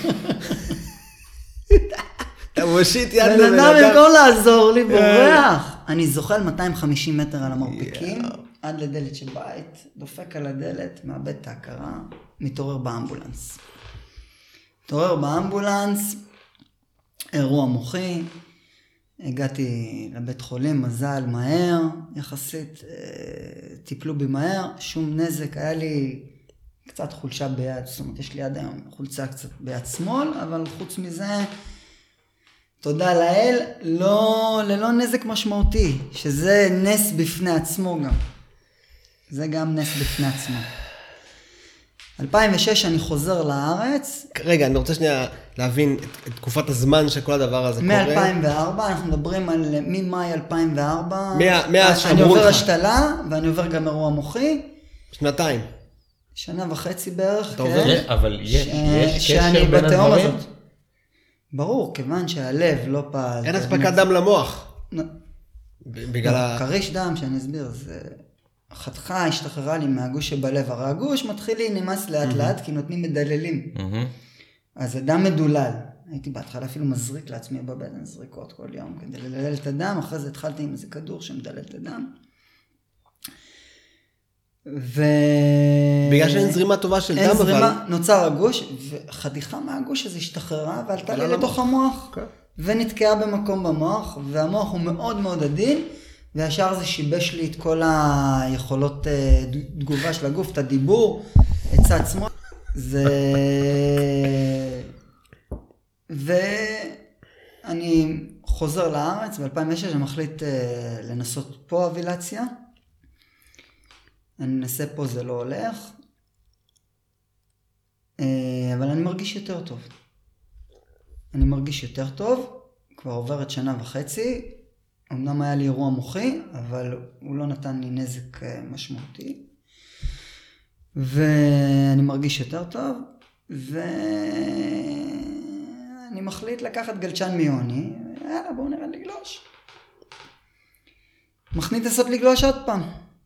אתה מושיט יד בן לבן אדם אדם. במקום לעזור לי, בורח. אני זוחל מאתיים וחמישים מטר על המרפקים, עד לדלת של בית, דופק על הדלת, מאבד את ההכרה, מתעורר באמבולנס. מתעורר באמבולנס, אירוע מוחי, הגעתי לבית חולים, מזל, מהר, יחסית, טיפלו בי מהר, שום נזק, היה לי קצת חולשה ביד, זאת אומרת, יש לי עד היום חולצה קצת ביד שמאל, אבל חוץ מזה, תודה לאל, לא, ללא נזק משמעותי, שזה נס בפני עצמו גם. זה גם נס בפני עצמו. אלפיים ושש אני חוזר לארץ. רגע, אני רוצה שנייה להבין את, את תקופת הזמן שכל הדבר הזה קורה. מ-אלפיים וארבע, אנחנו מדברים על ממאי אלפיים וארבע. מאז שאמרו אני עובר לך. השתלה, ואני עובר גם אירוע מוחי. שנתיים. שנה וחצי בערך, אתה כן. עובר? אבל יש, ש- יש שאני קשר בין בתהום הדברים? הזאת. ברור, כיוון שהלב לא פעל. אין אספקת דם למוח. לא. ב- בגלל ה... קריש דם, שאני אסביר, זה חתיכה השתחררה לי מהגוש שבלב. הרי הגוש מתחיל להימס לאט לאט, כי נותנים מדללים. מהמם. אז הדם מדולל. הייתי בהתחלה אפילו מזריק לעצמי בבטן זריקות כל יום, כדי לדלל את הדם. אחרי זה התחלתי עם איזה כדור שמדלל את הדם. ו... בגלל שאין זרימה טובה של אין דם, זרימה, אבל... נוצר הגוש, וחתיכה מהגוש הזה השתחררה, ועלתה לי לתוך המוח, כן. ונתקעה במקום במוח, והמוח הוא מאוד מאוד עדין, והשאר זה שיבש לי את כל היכולות אה, תגובה של הגוף, את הדיבור, את צד שמאל. זה... ואני חוזר לארץ, ב-אלפיים ושש אני מחליט אה, לנסות פה אבילציה. אני מנסה פה, זה לא הולך. אה, אבל אני מרגיש יותר טוב. אני מרגיש יותר טוב, כבר עוברת שנה וחצי, אמנם היה לי אירוע מוחי, אבל הוא לא נתן לי נזק משמעותי. ואני מרגיש יותר טוב, ואני מחליט לקחת גלשן מיוני, יאללה בואו נראה לגלוש. מחליט לעשות לגלוש עוד פעם.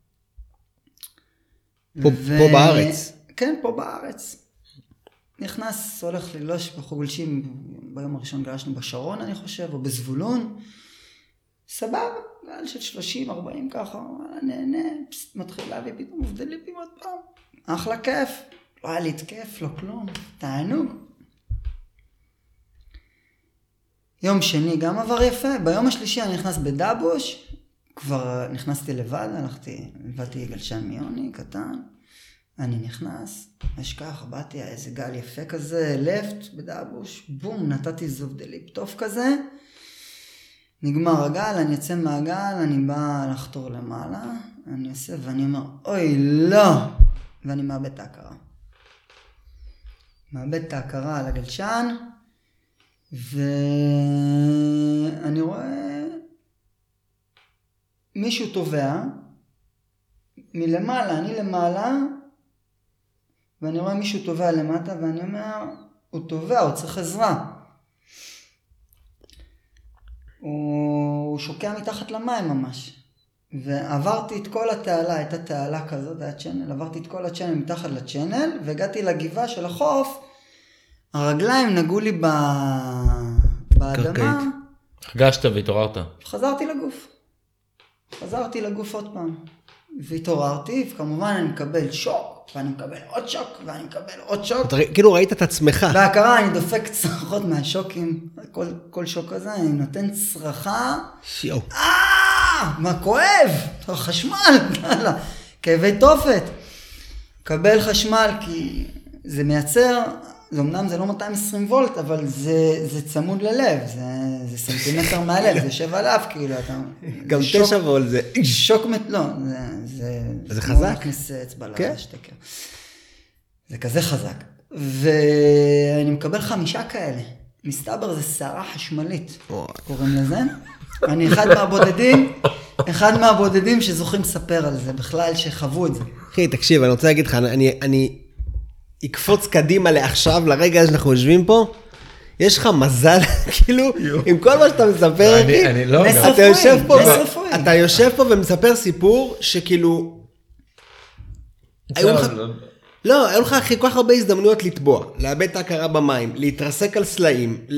פה, ו... פה בארץ. כן, פה בארץ. נכנס, הולך לגלוש, אנחנו גולשים, ביום הראשון גלשנו בשרון אני חושב, או בזבולון. סבבה, גל של שלושים ארבעים ככה, נהנה, פסט, מתחיל להביא פתאום מבדלים עוד פעם. אחלה כיף, לא היה לי התקף, לא כלום, תענוג. יום שני גם עבר יפה, ביום השלישי אני נכנס בדאבוש, כבר נכנסתי לבד, הלכתי, הבאתי גלשן מיוני קטן, אני נכנס, אשכח, באתי איזה גל יפה כזה, לפט בדאבוש, בום, נתתי זובדליפ טוב כזה, נגמר הגל, אני יוצא מהגל, אני בא לחתור למעלה, אני עושה ואני אומר, אוי לא, ואני מאבד את ההכרה. מאבד את ההכרה על הגלשן, ואני רואה מישהו טובע, מלמעלה, אני למעלה, ואני רואה מישהו טובע למטה, ואני אומר, הוא טובע, הוא צריך עזרה. הוא שוקע מתחת למים ממש. ועברתי את כל התעלה, הייתה תעלה כזאת, היה צ'נל, עברתי את כל הצ'נל מתחת לצ'נל, והגעתי לגבעה של החוף, הרגליים נגעו לי ב... באדמה, קרקעית. הרגשת והתעוררת. חזרתי לגוף. חזרתי לגוף עוד פעם. והתעוררתי, וכמובן אני מקבל שוק, ואני מקבל עוד שוק, ואני מקבל עוד שוק. אתה כאילו ראית את עצמך. בהכרה אני דופק צרחות מהשוקים, כל, כל שוק כזה, אני נותן צרחה, שיו. אה, מה כואב? חשמל, יאללה, כאבי תופת. קבל חשמל כי זה מייצר, זה אמנם זה לא מאתיים ועשרים וולט, אבל זה, זה צמוד ללב, זה, זה סנטימטר מהלב, זה יושב עליו, כאילו, אתה... גם שוק- תשע וולט זה... שוק מת... לא, זה... זה, זה כמו חזק? להכניס אצבע כן. לשתקר. זה כזה חזק. ואני מקבל חמישה כאלה. מסתבר זה שערה חשמלית, וואי. קוראים לזה. אני אחד מהבודדים, אחד מהבודדים שזוכים לספר על זה, בכלל שחוו את זה. אחי, תקשיב, אני רוצה להגיד לך, אני, אני אקפוץ קדימה לעכשיו, לרגע שאנחנו יושבים פה, יש לך מזל, כאילו, עם כל מה שאתה מספר, אני- אחי, אני לא- נס גם- אתה יושב פה, נס ו- רפואי. אתה יושב פה ומספר סיפור שכאילו, היו לך, לא, היו לך הכי כל כך הרבה הזדמנויות לטבוע, לאבד את ההכרה במים, להתרסק על סלעים, ל-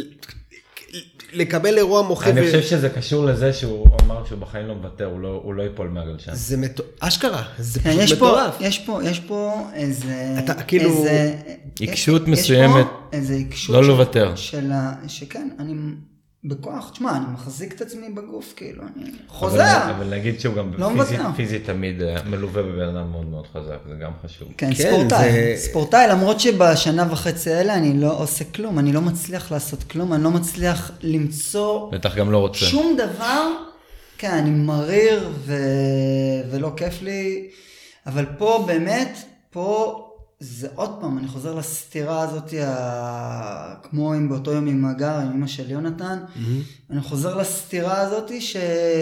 לקבל אירוע מוחי. אני ו- חושב שזה קשור לזה שהוא אמר שהוא בחיים לא מוותר, הוא לא- הוא לא ייפול מהגלשן. זה מטורף, אשכרה, זה כן, פשוט יש פה, מטורף. יש פה, יש פה איזה... אתה כאילו- איזה, עיקשות יש- מסוימת, יש פה איזה עיקשות לא של- לוותר. של ה... שכן, אני בכוח, תשמע, אני מחזיק את עצמי בגוף, כאילו, אני אבל- חוזר. אבל נגיד שהוא גם לא פיזית- מוותר. פיזית תמיד אה, מלווה בבן אדם מאוד מאוד חזק, זה גם חשוב. כן, כן, ספורטאי. זה- ספורטאי, למרות שבשנה וחצי האלה אני לא עושה כלום, אני לא מצליח לעשות כלום, אני לא מצליח למצוא בטח גם לא רוצה. שום דבר. כן, אני מריר ו... ולא כיף לי, אבל פה באמת, פה זה עוד פעם, אני חוזר לסתירה הזאת, ה... כמו עם באותו יום עם הגר, עם אמא של יונתן, אני חוזר לסתירה הזאת ש...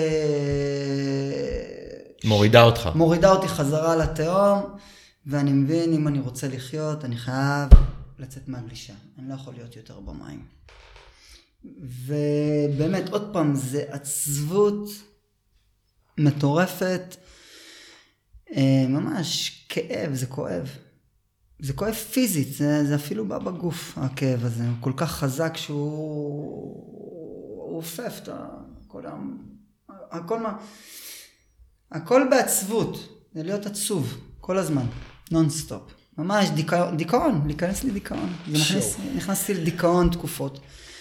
מורידה אותך. מורידה אותי חזרה לתהום, ואני מבין, אם אני רוצה לחיות, אני חייב לצאת מהגלישה. אני לא יכול להיות יותר במים. ובאמת, עוד פעם, זה עצבות מטורפת, אה, ממש כאב, זה כואב. זה כואב פיזית, זה, זה אפילו בא בגוף, הכאב הזה. הוא כל כך חזק שהוא הוא אופף את הכל, הכל מה... הכל בעצבות, זה להיות עצוב, כל הזמן, נונסטופ. ממש דיכאון, דיכאון, להיכנס לי דיכאון. זה מכניס, נכנסתי לדיכאון תקופות.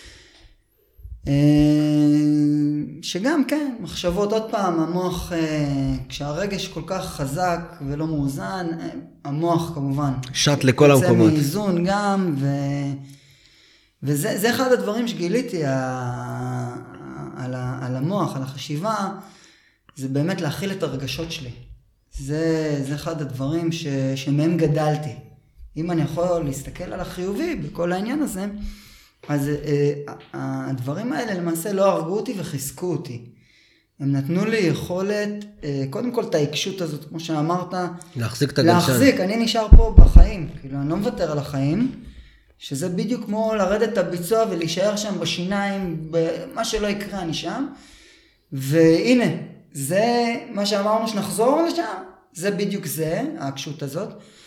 שגם כן, מחשבות עוד פעם, המוח, כשהרגש כל כך חזק ולא מאוזן, המוח כמובן. שט לכל המקומות. יוצא מאיזון גם, ו... וזה זה אחד הדברים שגיליתי ה... על, ה... על המוח, על החשיבה, זה באמת להכיל את הרגשות שלי. זה, זה אחד הדברים ש... שמהם גדלתי. אם אני יכול להסתכל על החיובי בכל העניין הזה, אז אה, הדברים האלה למעשה לא הרגו אותי וחיזקו אותי. הם נתנו לי יכולת, אה, קודם כל את העיקשות הזאת, כמו שאמרת, להחזיק את הגלשן. להחזיק, אני נשאר פה בחיים, כאילו אני לא מוותר על החיים, שזה בדיוק כמו לרדת את הביצוע ולהישאר שם בשיניים, מה שלא יקרה אני שם, והנה, זה מה שאמרנו שנחזור לשם, זה בדיוק זה, העיקשות הזאת,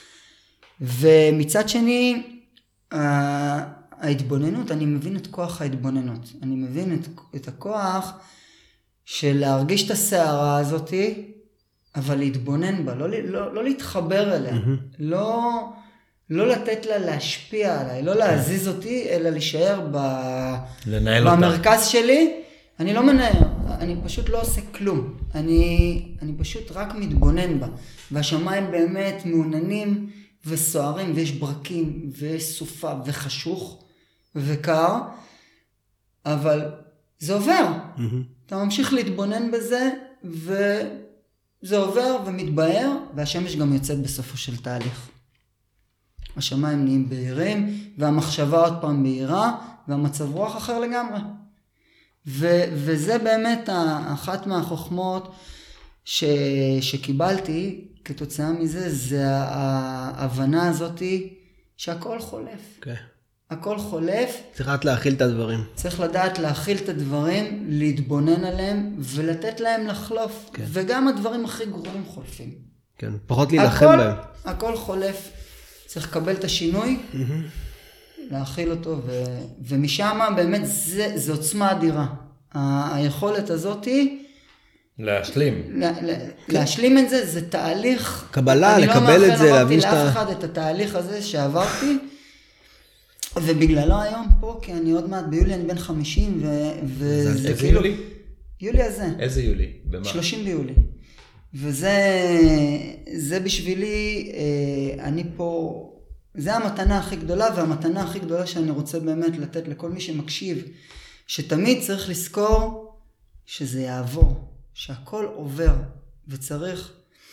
ומצד שני, ההתבוננות, אני מבין את כוח ההתבוננות, אני מבין את, את הכוח של להרגיש את השערה הזאת, אבל להתבונן בה, לא, לא, לא להתחבר אליה, mm-hmm. לא, לא לתת לה להשפיע עליי, לא להזיז אותי, אלא להישאר ב, במרכז אותה. שלי, אני לא מנער, אני פשוט לא עושה כלום, אני, אני פשוט רק מתבונן בה, והשמיים באמת מעוננים וסוערים, ויש ברקים, ויש סופה, וחשוך, וקר, אבל זה עובר. Mm-hmm. אתה ממשיך להתבונן בזה, וזה עובר ומתבהר, והשמש גם יוצאת בסופו של תהליך. השמיים נהיים בהירים, והמחשבה עוד פעם בהירה, והמצב רוח אחר לגמרי. ו- וזה באמת אחת מהחוכמות ש- שקיבלתי, כתוצאה מזה, זה ההבנה הזאת שהכל חולף. כן. הכל חולף. צריך לדעת להכיל את הדברים. צריך לדעת להכיל את הדברים, להתבונן עליהם, ולתת להם לחלוף. כן. וגם הדברים הכי גרועים חולפים. כן, פחות להילחם הכל, בהם. הכל חולף. צריך לקבל את השינוי, mm-hmm. להכיל אותו, ו, ומשם באמת זה, זה עוצמה אדירה. ה, היכולת הזאת היא, להשלים. לה, לה, להשלים את זה, זה תהליך. קבלה, לקבל את זה, להבין שאתה... אני לא מאחל אמרתי לאף שאתה... אחד את התהליך הזה שעברתי, ובגללו היום פה, כי אני עוד מעט ביולי, אני בן חמישים, ו, וזה איזה כאילו... יולי? יולי הזה. איזה יולי? במה? שלושים ביולי. וזה זה בשבילי, אני פה, זה המתנה הכי גדולה, והמתנה הכי גדולה שאני רוצה באמת לתת לכל מי שמקשיב, שתמיד צריך לזכור שזה יעבור, שהכל עובר, וצריך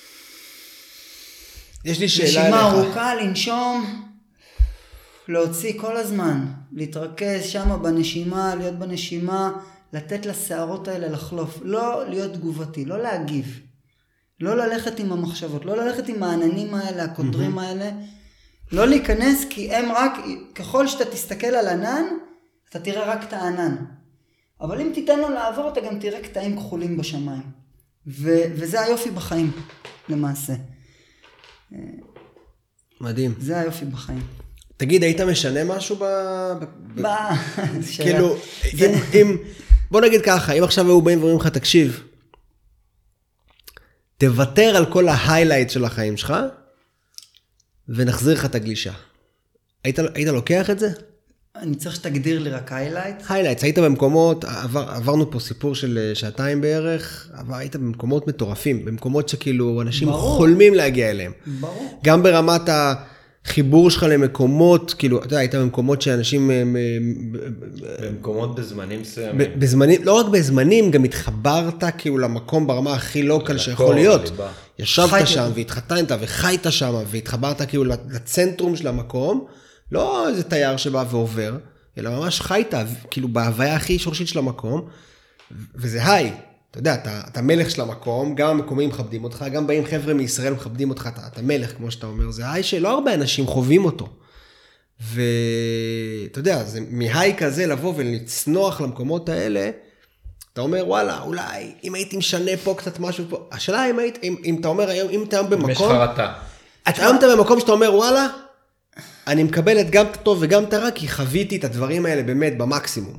יש לי שאלה נשימה אליך. ארוכה, לנשום, להוציא כל הזמן, להתרכז שמה בנשימה, להיות בנשימה, לתת לשערות האלה לחלוף, לא להיות תגובתי, לא להגיב, לא ללכת עם המחשבות, לא ללכת עם העננים האלה, הקודרים האלה, לא להיכנס, כי הם רק, ככל שאתה תסתכל על ענן, אתה תראה רק את הענן. אבל אם תיתן לו לעבור, אתה גם תראה קטעים כחולים בשמיים. ו- וזה היופי בחיים, למעשה. מדהים. זה היופי בחיים. תגיד, היית משנה משהו ב... ב- מה? שאלה. כאילו, זה- אם, אם, בוא נגיד ככה, אם עכשיו היו באים ואומרים לך, תקשיב, תוותר על כל ההיילייט של החיים שלך, ונחזיר לך את הגלישה. היית, היית לוקח את זה? אני צריך שתגדיר לי רק highlight. היילייטס, היית במקומות, עבר, עברנו פה סיפור של שעתיים בערך, אבל היית במקומות מטורפים, במקומות שכאילו אנשים ברור. חולמים להגיע אליהם. ברור. גם ברמת החיבור שלך למקומות, כאילו, אתה יודע, היית במקומות שאנשים, הם, במקומות בזמנים מסוימים. בזמנים, לא רק בזמנים, גם התחברת כאילו למקום ברמה הכי לוקל שיכול להיות. ליבה. ישבת חיית. שם והתחתנת וחיית שם, והתחברת כאילו לצנטרום של המקום, לא איזה תייר שבא ועובר, אלא ממש חיית, כאילו בהוויה הכי שורשית של המקום, וזה היי, אתה יודע, אתה, אתה מלך של המקום, גם המקומים מכבדים אותך, גם באים חבר'ה מישראל מכבדים אותך, אתה, אתה מלך, כמו שאתה אומר, זה היי שלא הרבה אנשים חווים אותו. ואתה יודע, זה מהי כזה לבוא ולצנוח למקומות האלה, אתה אומר, וואלה, אולי, אם הייתי משנה פה קצת משהו פה, השאלה אם היית, אם, אם אתה אומר היום, אם אתה היום במקום, יש חרטה. אתה היום אתה במקום שאתה אומר, וואלה, אני מקבלת גם את הטוב וגם את הרע, כי חוויתי את הדברים האלה באמת במקסימום.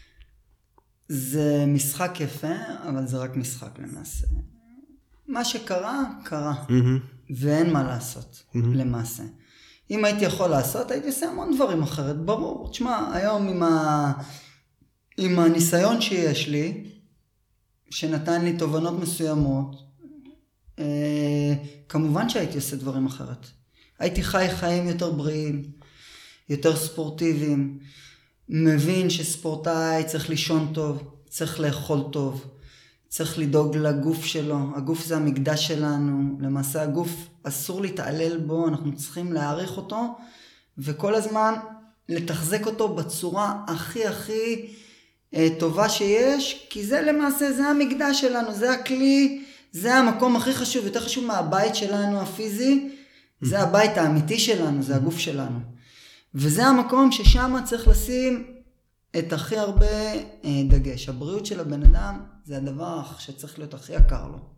זה משחק יפה, אבל זה רק משחק למעשה. מה שקרה, קרה. ואין מה לעשות, למעשה. אם הייתי יכול לעשות, הייתי עושה המון דברים אחרת, ברור. תשמע, היום עם, ה... עם הניסיון שיש לי, שנתן לי תובנות מסוימות, אה, כמובן שהייתי עושה דברים אחרת. הייתי חי חיים יותר בריאים, יותר ספורטיביים, מבין שספורטאי צריך לישון טוב, צריך לאכול טוב, צריך לדאוג לגוף שלו, הגוף זה המקדש שלנו, למעשה הגוף אסור להתעלל בו, אנחנו צריכים להעריך אותו, וכל הזמן לתחזק אותו בצורה הכי הכי אה, טובה שיש, כי זה למעשה, זה המקדש שלנו, זה הכלי, זה המקום הכי חשוב, יותר חשוב מהבית שלנו הפיזי, זה הבית האמיתי שלנו, זה הגוף שלנו. וזה המקום ששם צריך לשים את הכי הרבה דגש. הבריאות של הבן אדם זה הדבר שצריך להיות הכי יקר לו.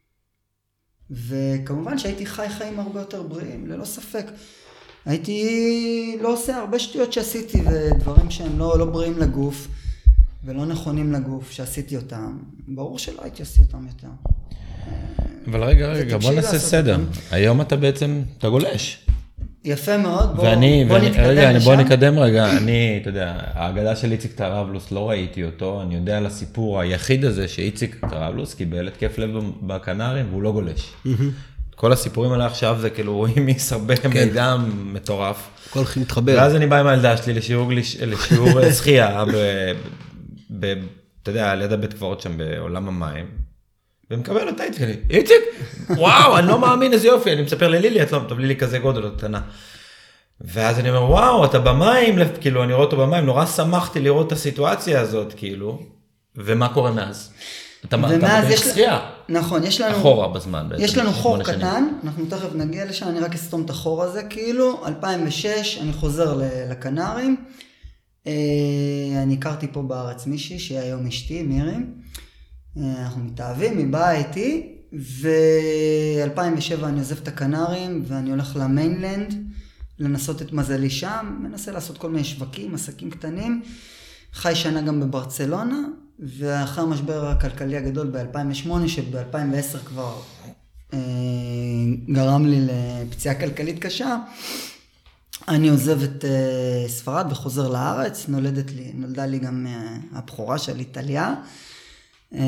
וכמובן שהייתי חי חיים הרבה יותר בריאים, ללא ספק. הייתי לא עושה הרבה שטויות שעשיתי ודברים שהם לא, לא בריאים לגוף ולא נכונים לגוף שעשיתי אותם. ברור שלא הייתי עושה אותם יותר. אבל רגע, רגע, בוא נעשה סדר. היום אתה בעצם, אתה גולש. יפה מאוד, בוא, ואני, בוא ואני, נתקדם רגע, לשם. בוא נקדם רגע, אני, אתה יודע, האגדה של איציק טרבלוס, לא ראיתי אותו, אני יודע על הסיפור היחיד הזה שאיציק טרבלוס קיבל התקף לב בקנרים והוא לא גולש. כל הסיפורים עליו עכשיו זה כאילו רואים מסרבה מידע מטורף. הכל הכי מתחבר. ואז אני בא עם הילדה שלי לשיעור, לשיעור שחייה, ב, ב, אתה יודע, ליד הבית קברות שם בעולם המים. ומקבל אותה איציק, איציק, וואו, אני לא מאמין איזה יופי, אני מספר ללילי, את לא, טוב, לילי כזה גודל, את קטנה. ואז אני אומר, וואו, אתה במים, כאילו, אני רואה אותו במים, נורא שמחתי לראות את הסיטואציה הזאת, כאילו, ומה קורה מאז? אתה מדריך שחייה. נכון, יש לנו... אחורה בזמן בעצם. יש לנו חור קטן, אנחנו תכף נגיע לשם, אני רק אסתום את החור הזה, כאילו, אלפיים ושש, אני חוזר לקנרים, אני הכרתי פה בארץ מישהי, שהיא היום אשתי, מירי, אנחנו מתאהבים, היא באה איתי, ו-אלפיים ושבע אני עוזב את הקנרים, ואני הולך למיינלנד, לנסות את מזלי שם, מנסה לעשות כל מיני שווקים, עסקים קטנים, חי שנה גם בברצלונה, ואחרי המשבר הכלכלי הגדול ב-אלפיים ושמונה, שב-אלפיים ועשר כבר אה, גרם לי לפציעה כלכלית קשה, אני עוזב את אה, ספרד וחוזר לארץ, נולדת לי, נולדה לי גם אה, הבכורה של איטליה, אה,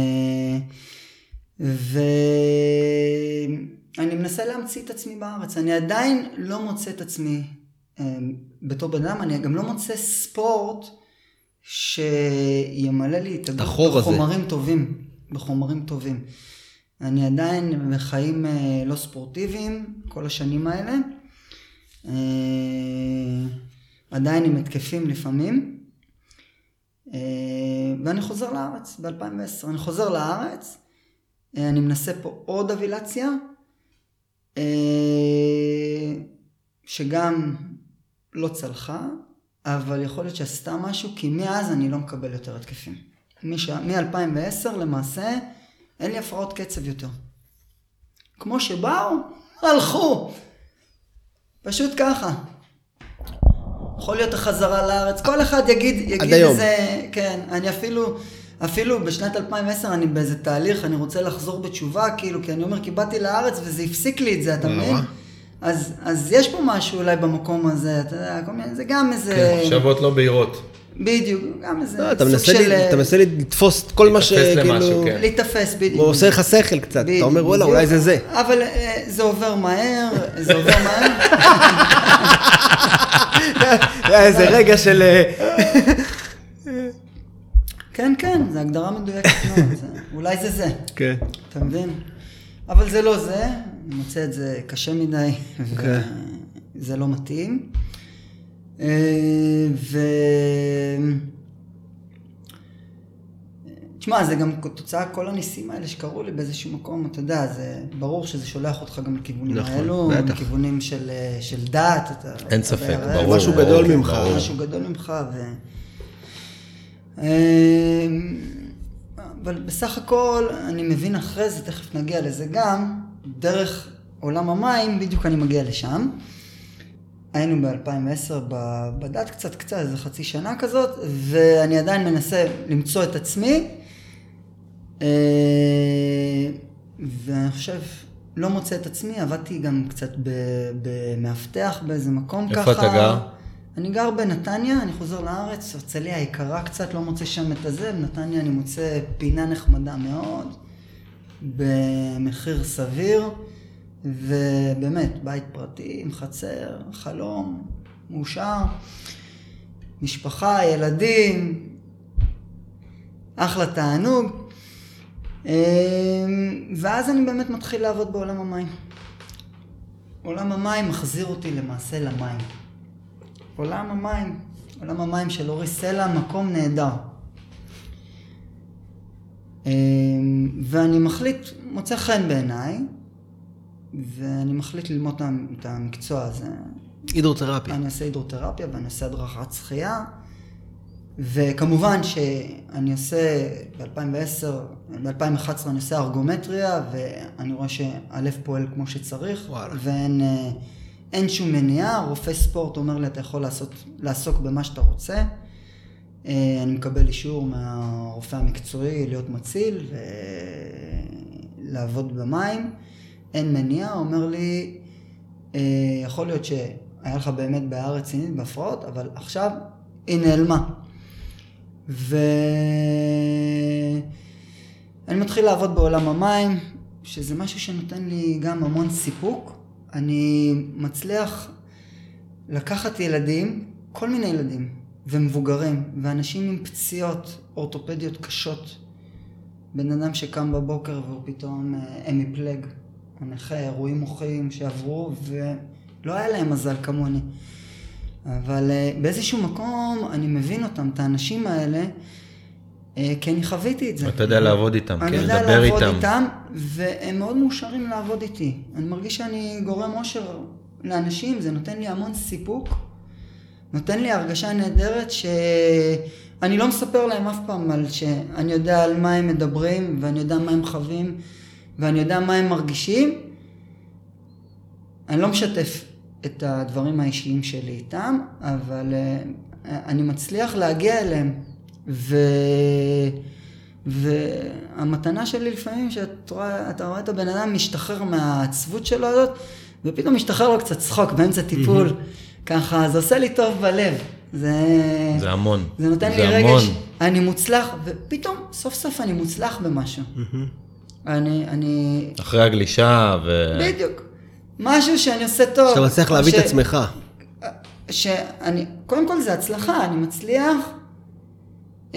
ואני מנסה להמציא את עצמי בארץ, אני עדיין לא מוצא את עצמי אה, בתור בן אדם, אני גם לא מוצא ספורט, שימלא לי את החור הזה. בחומרים טובים, בחומרים טובים. אני עדיין בחיים לא ספורטיביים, כל השנים האלה. עדיין עם התקפים לפעמים. ואני חוזר לארץ ב-אלפיים ועשר. אני חוזר לארץ, אני מנסה פה עוד אבילציה, שגם לא צלחה, אבל יכול להיות שעשתה משהו, כי מאז אני לא מקבל יותר התקפים. מ-אלפיים ועשר למעשה, אין לי הפרעות קצב יותר. כמו שבאו, הלכו. פשוט ככה. יכול להיות החזרה לארץ, כל אחד יגיד, יגיד איזה, כן, אני אפילו, אפילו בשנת אלפיים ועשר אני באיזה תהליך, אני רוצה לחזור בתשובה, כאילו, כי אני אומר, כי באתי לארץ וזה הפסיק לי את זה, אתה מבין? אז, אז יש פה משהו אולי במקום הזה, אתה יודע, כל מיני, זה גם איזה... כן, מחשבות לא בהירות. בדיוק, גם איזה לא, אתה סוג מנסה של... לי, אתה מנסה לי לתפוס כל מה שכאילו... כן. להתאפס, בדיוק. הוא עושה לך שכל קצת, אתה אומר, וואלה, אולי זה זה. אבל אה, זה עובר מהר, זה עובר מהר. איזה רגע של... כן, כן, זה הגדרה מדויקת מאוד, זה- אולי זה זה. כן. אתה מבין? אבל זה לא זה, אני מוצא את זה קשה מדי, וזה לא מתאים. אה, ו... תשמע, זה גם תוצאה כל הניסים האלה שקראו לי באיזשהו מקום, אתה יודע, זה ברור שזה שולח אותך גם לכיוונים נכון, האלו, בטח. לכיוונים של, של דת. אתה, אין אתה ספק, יודע, ברור. משהו ברור, גדול ממך. ברור. משהו גדול ממך, ו... אה, אבל בסך הכל, אני מבין אחרי זה, תכף נגיע לזה גם, דרך עולם המים, בדיוק אני מגיע לשם. היינו ב-אלפיים ועשר בדת קצת קצת, איזה חצי שנה כזאת, ואני עדיין מנסה למצוא את עצמי, אה, ואני חושב, לא מוצא את עצמי, עבדתי גם קצת במאבטח באיזה מקום איפה ככה. אתה גר? אני גר בנתניה, אני חוזר לארץ, הרצליה היקרה קצת, לא מוצא שם את הזה, בנתניה אני מוצא פינה נחמדה מאוד, במחיר סביר, ובאמת, בית פרטי, עם חצר, חלום, מאושר, משפחה, ילדים, אחלה תענוג, ואז אני באמת מתחיל לעבוד בעולם המים. עולם המים מחזיר אותי למעשה למים. עולם המים, עולם המים של אורי סלע, מקום נהדר. ואני מחליט, מוצא חן בעיניי, ואני מחליט ללמוד את המקצוע הזה. הידרותרפיה. אני עושה הידרותרפיה ואני עושה הדרכת שחייה, וכמובן שאני עושה ב-אלפיים ועשר, ב-אלפיים ואחת עשרה אני עושה ארגומטריה, ואני רואה שהלב פועל כמו שצריך, וואלה. ואין אין שום מניעה, רופא ספורט אומר לי אתה יכול לעשות, לעסוק במה שאתה רוצה, אני מקבל אישור מהרופא המקצועי להיות מציל ולעבוד במים, אין מניעה, אומר לי, יכול להיות שהיה לך באמת בעיה רצינית בהפרעות, אבל עכשיו היא נעלמה. ואני מתחיל לעבוד בעולם המים, שזה משהו שנותן לי גם המון סיפוק. אני מצליח לקחת ילדים, כל מיני ילדים, ומבוגרים, ואנשים עם פציעות אורתופדיות קשות. בן אדם שקם בבוקר והוא פתאום המיפלג, או נכה, אירועים מוחיים שעברו, ולא היה להם מזל כמוני. אבל באיזשהו מקום אני מבין אותם, את האנשים האלה, כי אני חוויתי את זה. אתה יודע לעבוד איתם, כן, אני לדבר יודע לעבוד איתם. איתם, והם מאוד מאושרים לעבוד איתי. אני מרגיש שאני גורם אושר לאנשים, זה נותן לי המון סיפוק, נותן לי הרגשה נהדרת שאני לא מספר להם אף פעם על שאני יודע על מה הם מדברים, ואני יודע מה הם חווים, ואני יודע מה הם מרגישים. אני לא משתף את הדברים האישיים שלי איתם, אבל אני מצליח להגיע אליהם. ו... והמתנה שלי לפעמים, שאתה רואה, אתה רואה את הבן אדם משתחרר מהעצבות שלו הזאת, ופתאום משתחרר לו קצת צחוק באמצע טיפול. ככה, זה עושה לי טוב בלב. זה... זה המון. זה נותן זה לי המון. רגש. אני מוצלח, ופתאום, סוף סוף אני מוצלח במשהו. אני, אני... אחרי הגלישה ו... בדיוק. משהו שאני עושה טוב. שאתה מצליח להביא ש... את עצמך. שאני, קודם כל זה הצלחה, אני מצליח אה,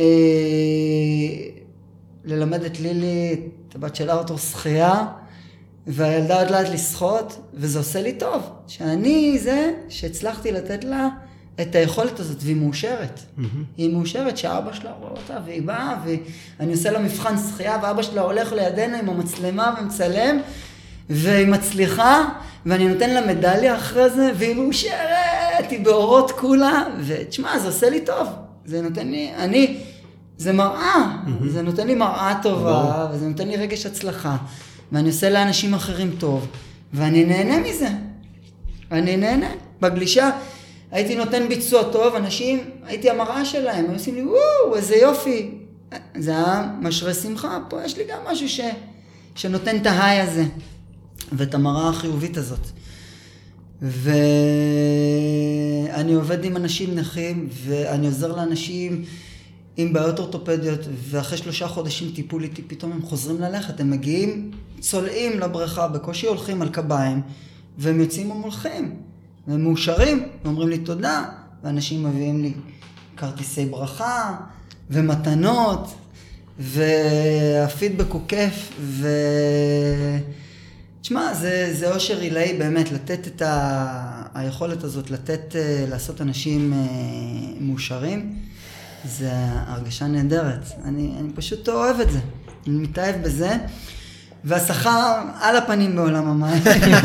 ללמד את לילי, את הבת של ארתור שחייה, והילדה עוד לאט לשחות, וזה עושה לי טוב. שאני זה שהצלחתי לתת לה את היכולת הזאת, והיא מאושרת. Mm-hmm. היא מאושרת שאבא שלה רואה אותה, והיא באה, ואני עושה לה מבחן שחייה, ואבא שלה הולך לידינו עם המצלמה ומצלם, והיא מצליחה, ואני נותן לה מדליה אחרי זה, והיא מאושרת, היא באורות כולה, ותשמע, זה עושה לי טוב. זה נותן לי, אני, זה מראה, mm-hmm. זה נותן לי מראה טובה, וזה נותן לי רגש הצלחה, ואני עושה לאנשים אחרים טוב, ואני נהנה מזה. אני נהנה. בגלישה הייתי נותן ביצוע טוב, אנשים, הייתי המראה שלהם, הם עושים לי, וואו, איזה יופי. זה היה משרה שמחה, פה יש לי גם משהו ש... שנותן את ההיי הזה, ואת המראה החיובית הזאת. ואני עובד עם אנשים נכים, ואני עוזר לאנשים עם בעיות אורתופדיות, ואחרי שלושה חודשים טיפול איתי, פתאום הם חוזרים ללכת, הם מגיעים, צולעים לבריכה, בקושי הולכים על קביים, והם יוצאים ומולכים, והם מאושרים, ואומרים לי תודה, ואנשים מביאים לי כרטיסי ברכה, ומתנות, והפידבק הוא כיף, ו... תשמע, זה, זה אושר עילאי באמת, לתת את ה... היכולת הזאת, לתת, לעשות אנשים מאושרים, זה הרגשה נהדרת. אני, אני פשוט אוהב את זה, אני מתאהב בזה, והשכר על הפנים בעולם המים.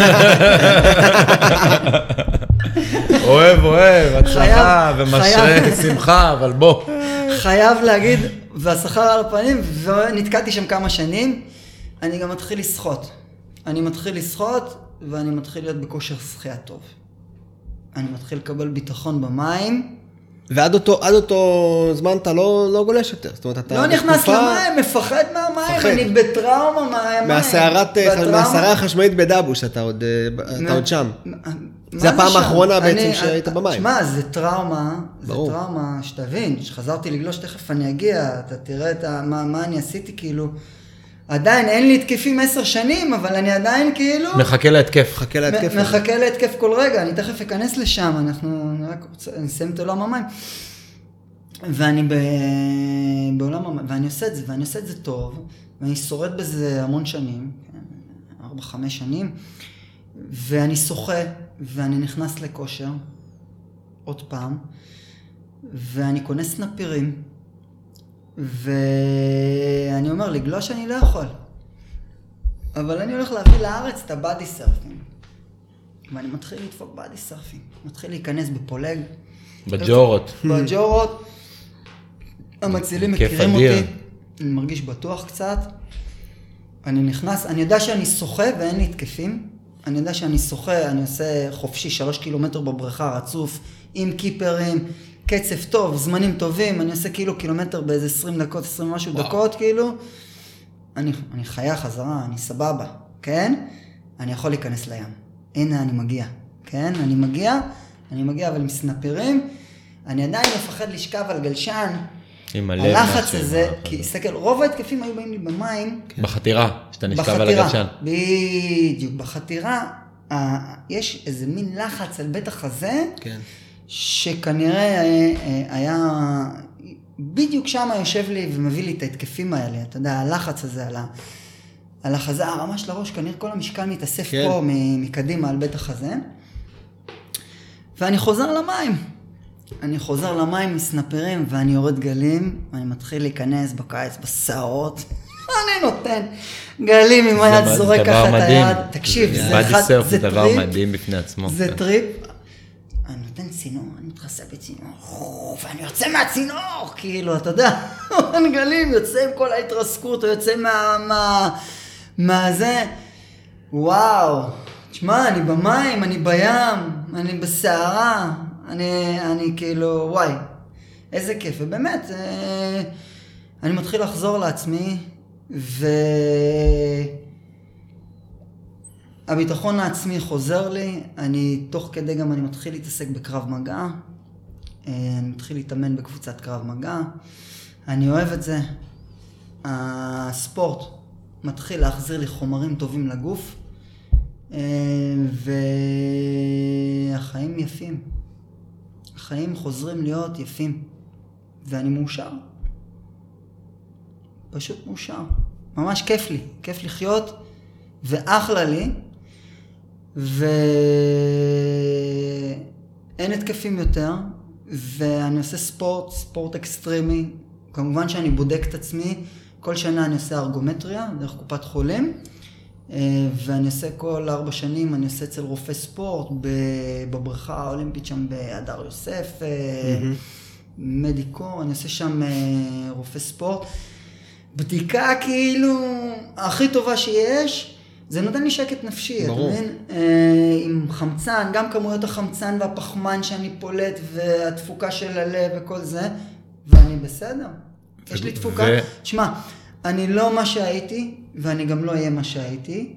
אוהב, אוהב, הצלחה ומשרה, שמחה, אבל בוא. חייב להגיד, והשכר על הפנים, ונתקעתי שם כמה שנים, אני גם מתחיל לשחות. אני מתחיל לשחות, ואני מתחיל להיות בכושר שחייה טוב. אני מתחיל לקבל ביטחון במים. ועד אותו, עד אותו זמן אתה לא, לא גולש יותר. זאת אומרת, אתה לא נכנס למים, מפחד מהמים, מפחד. אני בטראומה מהמים. מהסערת, מהסערה החשמלית בדאבו, שאתה עוד, אתה עוד שם. זה הפעם האחרונה בעצם שהיית במים. תשמע, זה טראומה, זה טראומה שתבין, שחזרתי לגלוש, תכף אני אגיע, אתה תראה את ה, מה, מה אני עשיתי, כאילו, עדיין אין לי התקפים עשר שנים, אבל אני עדיין כאילו... מחכה להתקף. מחכה להתקף. מחכה להתקף כל רגע, אני תכף אכנס לשם, אנחנו, אני רק רוצה, אני אסיים את עולם המים. ואני ב... בעולם המים, ואני עושה את זה, ואני עושה את זה טוב, ואני שורד בזה המון שנים, ארבע, חמש שנים, ואני שוחה, ואני נכנס לכושר, עוד פעם, ואני קונה סנפירים, ואני אומר, לגלוש אני לא יכול, אבל אני הולך להביא לארץ את הבאדי סרפינג, ואני מתחיל לדפוק באדי סרפינג, מתחיל להיכנס בפולג, בג'ורות. בג'ורות, המצילים מכירים אותי, אני מרגיש בטוח קצת, אני נכנס, אני יודע שאני שוחה ואין לי התקפים, אני יודע שאני שוחה, אני עושה חופשי שלוש קילומטר בבריכה, רצוף, עם קיפרים, קצב טוב, זמנים טובים, אני עושה כאילו קילומטר באיזה עשרים דקות, עשרים משהו וואו. דקות כאילו, אני, אני חיה חזרה, אני סבבה, כן? אני יכול להיכנס לים, הנה אני מגיע, כן? אני מגיע, אני מגיע אבל עם סנפירים, אני עדיין מפחד לשכב על גלשן, הלחץ הזה, כי סתכל, רוב ההתקפים היו באים לי במים. בחתירה, שאתה נשכב על הגלשן. בדיוק, בחתירה, יש איזה מין לחץ על בית החזה, שכנראה היה, בדיוק שם יושב לי ומביא לי את ההתקפים האלה, אתה יודע, הלחץ הזה על החזה, הרמה של הראש, כנראה כל המשקל מתאסף פה מקדימה על בית החזה, ואני חוזר למים. אני חוזר למים מסנפרים ואני יורד גלים, ואני מתחיל להיכנס בקיץ בסערות, אני נותן גלים עם היד, זורק ככה את היד, תקשיב, זה אחד, זה דבר מדהים בפני עצמו. זה טריפ, אני נותן צינור, אני מתחסה בצינור, ואני יוצא מהצינור, כאילו, אתה יודע, נותן גלים, יוצא עם כל ההתרסקות, או יוצא מה, מה, מה זה, וואו, תשמע, אני במים, אני בים, אני בסערה, אני, אני כאילו, וואי, איזה כיף. ובאמת, אני מתחיל לחזור לעצמי, והביטחון העצמי חוזר לי, אני תוך כדי גם אני מתחיל להתעסק בקרב מגע, אני מתחיל להתאמן בקבוצת קרב מגע, אני אוהב את זה. הספורט מתחיל להחזיר לי חומרים טובים לגוף, והחיים יפים. החיים חוזרים להיות יפים, ואני מאושר. פשוט מאושר. ממש כיף לי, כיף לחיות, ואחלה לי, ואין התקפים יותר, ואני עושה ספורט, ספורט אקסטרימי. כמובן שאני בודק את עצמי, כל שנה אני עושה ארגומטריה דרך קופת חולים, ואני עושה כל ארבע שנים, אני עושה אצל רופא ספורט בבריכה האולימפית שם בהדר יוסף, מדיקו, אני עושה שם רופא ספורט. בדיקה כאילו הכי טובה שיש, זה נותן לי שקט נפשי, אתה מבין? עם חמצן, גם כמויות החמצן והפחמן שאני פולט והתפוקה של הלב וכל זה, ואני בסדר. יש לי תפוקה. תשמע, אני לא מה שהייתי, ואני גם לא אהיה מה שהייתי.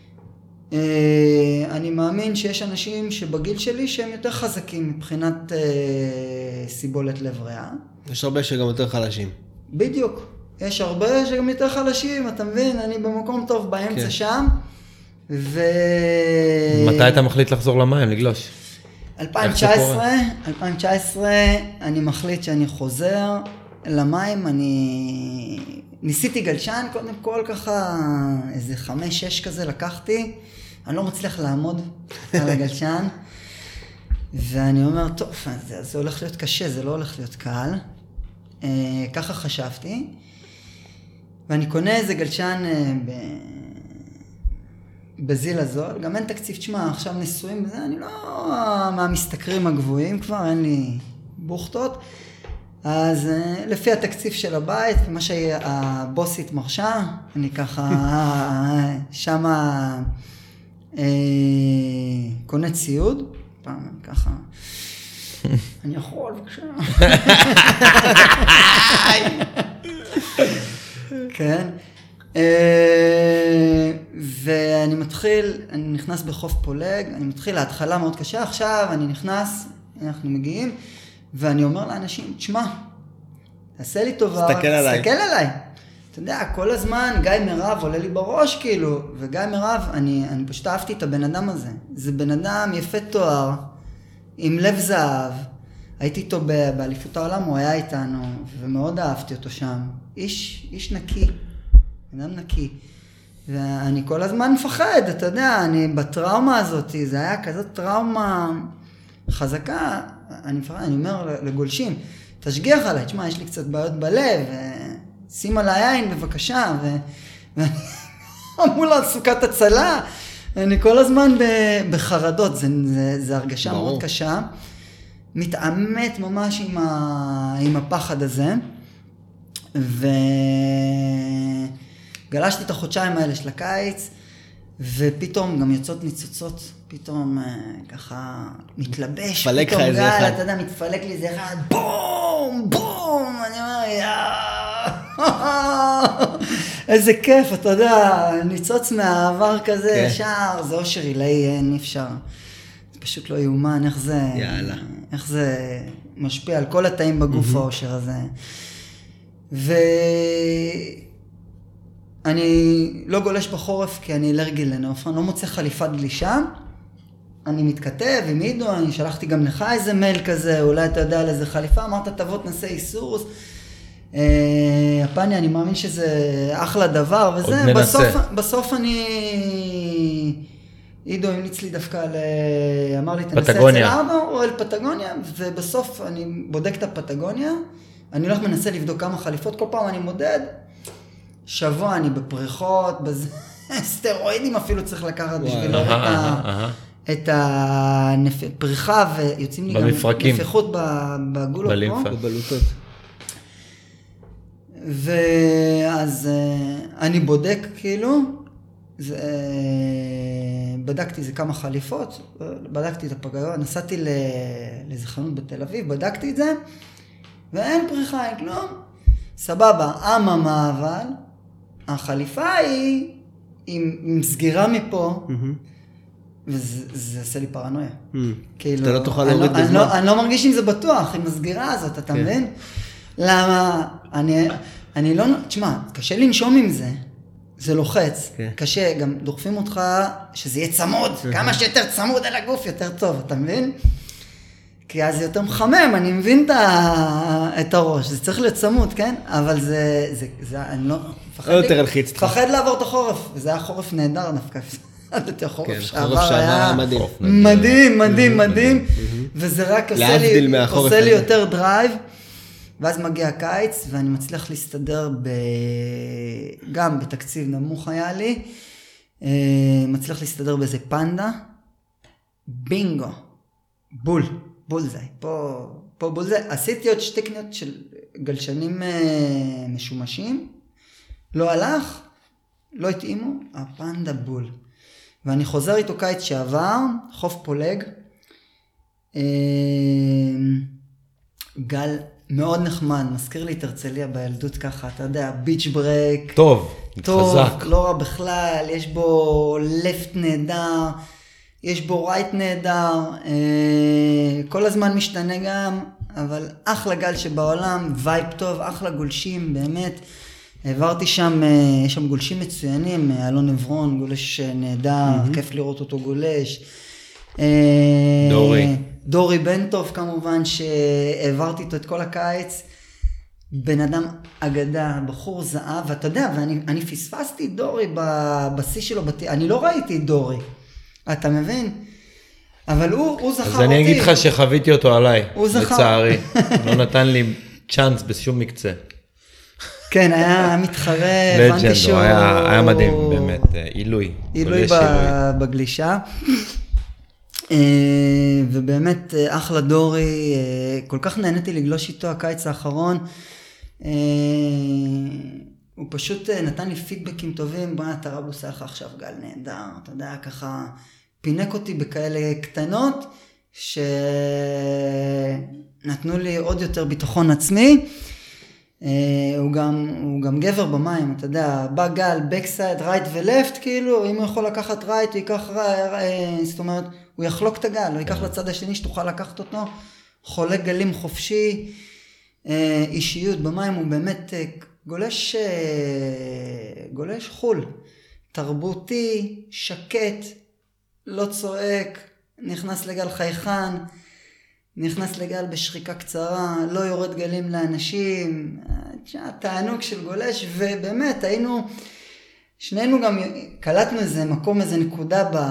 אני מאמין שיש אנשים שבגיל שלי שהם יותר חזקים מבחינת סיבולת לב ריאה. יש הרבה שגם יותר חלשים. בדיוק. יש הרבה שגם יותר חלשים, אתה מבין? אני במקום טוב באמצע שם. ו... מתי אתה מחליט לחזור למים, לגלוש? אלפיים תשע עשרה, אני מחליט שאני חוזר למים, אני ניסיתי גלשן, קודם כל ככה איזה חמש, שש כזה לקחתי, אני לא מצליח לעמוד על הגלשן, ואני אומר, טוב, זה, זה הולך להיות קשה, זה לא הולך להיות קל, ככה חשבתי, ואני קונה איזה גלשן ב... בזיל הזול, גם אין תקציב, תשמע, עכשיו ניסויים בזה, אני לא מהמשתכרים הגבוהים כבר, אין לי בוכתות, אז לפי התקציב של הבית, ומה שהבוסית מרשה, אני ככה שמה אה, קונה ציוד, פעם ככה, אני יכול בבקשה. כן. ואני מתחיל, אני נכנס בחוף פולג, אני מתחיל להתחלה מאוד קשה, עכשיו אני נכנס, אנחנו מגיעים, ואני אומר לאנשים, תשמע, תעשה לי טובה, תסתכל עליי. תסתכל עליי. אתה יודע, כל הזמן גיא מרב עולה לי בראש כאילו, וגיא מרב, אני, אני פשוט אהבתי את הבן אדם הזה. זה בן אדם יפה תואר, עם לב זהב, הייתי איתו באליפות העולם, הוא היה איתנו, ומאוד אהבתי אותו שם. איש, איש נקי. אדם נקי, ואני כל הזמן מפחד, אתה יודע, אני בטראומה הזאת, זה היה כזאת טראומה חזקה, אני מפחד, אני אומר לגולשים, תשגיח עליי, תשמע, יש לי קצת בעיות בלב, שים על היין בבקשה, ואני מול סוכת הצלה, אני כל הזמן בחרדות, זה, זה, זה הרגשה ברור. מאוד קשה, מתעמת ממש עם, ה, עם הפחד הזה, ו... גלשתי את החודשיים האלה של הקיץ, ופתאום גם יוצאות ניצוצות, פתאום אה, ככה מתלבש, פתאום פתאום גל, אחד. אתה יודע, מתפלק לי איזה אחד, בום, בום, אני אומר, יאה, איזה כיף, אתה יודע, ניצוץ מהעבר כזה, כן. ישר, זה אושר עילאי, אין, אי אפשר, זה פשוט לא יאומן, איך זה, יאללה. איך זה משפיע על כל התאים בגוף mm-hmm. האושר הזה, ו... אני לא גולש בחורף כי אני אלרגי לנוף, אני לא מוצא חליפת גלישה, אני מתכתב עם עידו, אני שלחתי גם לך איזה מייל כזה, אולי אתה יודע על איזה חליפה, אמרת תבוא תנסה איסוס, הפני, אני מאמין שזה אחלה דבר, וזה, בסוף, בסוף אני, עידו המליץ לי דווקא, ל... אמר לי תנסה אצל ארבע או אל פטגוניה, ובסוף אני בודק את הפטגוניה, אני הולך מנסה לבדוק כמה חליפות, כל פעם אני מודד, שבוע אני בפריחות, סטרואידים אפילו צריך לקחת בשביל לראות את הפריחה, ויוצאים לי גם נפיחות בגולות פה. בבלוטות. ואז אני בודק כאילו, זה, בדקתי איזה כמה חליפות, בדקתי את הפגרה, נסעתי לאיזה חנות בתל אביב, בדקתי את זה, ואין פריחה, אין כלום. סבבה, אממה אבל, החליפה היא עם, עם סגירה מפה, וזה עושה לי פרנויה. כאילו, אתה לא תוכל להוריד אני, בזמן. אני, לא, אני לא מרגיש עם זה בטוח, עם הסגירה הזאת, אתה מבין? למה? אני, אני לא, תשמע, קשה לנשום עם זה. זה לוחץ, okay. קשה, גם דוחפים אותך שזה יהיה צמוד, כמה שיותר צמוד על הגוף יותר טוב, אתה מבין? כי אז זה יותר מחמם, אני מבין את הראש, זה צריך להיות צמוד, כן? אבל זה, זה, זה, אני לא, לא יותר הלחיץ אותך. פחד לעבור את החורף, וזה היה חורף נהדר דווקא, את החורף כן, שעבר חורף היה מדהים. מדהים, מדהים, מדהים, וזה רק עושה לי, עושה לי יותר דרייב, ואז מגיע הקיץ, ואני מצליח להסתדר ב... גם בתקציב נמוך היה לי, מצליח להסתדר באיזה פנדה, בינגו, בול, בול זה, פה, פה בול זה, עשיתי עוד שתי קניות של גלשנים משומשים, לא הלך, לא התאימו, הפנדה בול, ואני חוזר איתו קיץ שעבר, חוף פולג, גל מאוד נחמד, מזכיר לי את הרצליה בילדות ככה, אתה יודע, ביץ' ברק. טוב, טוב, חזק. לא רע בכלל, יש בו לפט נהדר, יש בו רייט נהדר, אה, כל הזמן משתנה גם, אבל אחלה גל שבעולם, וייב טוב, אחלה גולשים, באמת. העברתי שם, אה, יש שם גולשים מצוינים, אלון עברון, גולש נהדר, mm-hmm. כיף לראות אותו גולש. אה, דורי. דורי בן טוב כמובן, שהעברתי איתו את כל הקיץ, בן אדם אגדה, בחור זהב, ואתה יודע, ואני אני פספסתי את דורי בשיא שלו, בת... אני לא ראיתי את דורי, אתה מבין? אבל הוא, הוא זכר אותי. אז אני אגיד לך שחוויתי אותו עליי, הוא זכר. לצערי, לא נתן לי צ'אנס בשום מקצה. כן, היה מתחרה, הבנתי שהוא... היה, היה מדהים, באמת, עילוי. עילוי בגלישה. ובאמת אחלה דורי, כל כך נהניתי לגלוש איתו הקיץ האחרון, הוא פשוט נתן לי פידבקים טובים, בוא נתרבלוס היה לך עכשיו גל נהדר, אתה יודע, ככה פינק אותי בכאלה קטנות, שנתנו לי עוד יותר ביטחון עצמי, הוא גם, הוא גם גבר במים, אתה יודע, בא גל, בקסייד, רייט ולפט, כאילו, אם הוא יכול לקחת רייט, הוא ייקח רייט, זאת אומרת, הוא יחלוק את הגל, הוא ייקח לצד השני שתוכל לקחת אותו, חולק גלים חופשי, אישיות במים, הוא באמת גולש, גולש חול, תרבותי, שקט, לא צועק, נכנס לגל חייכן, נכנס לגל בשחיקה קצרה, לא יורד גלים לאנשים, תענוג של גולש, ובאמת היינו, שנינו גם קלטנו איזה מקום, איזה נקודה ב...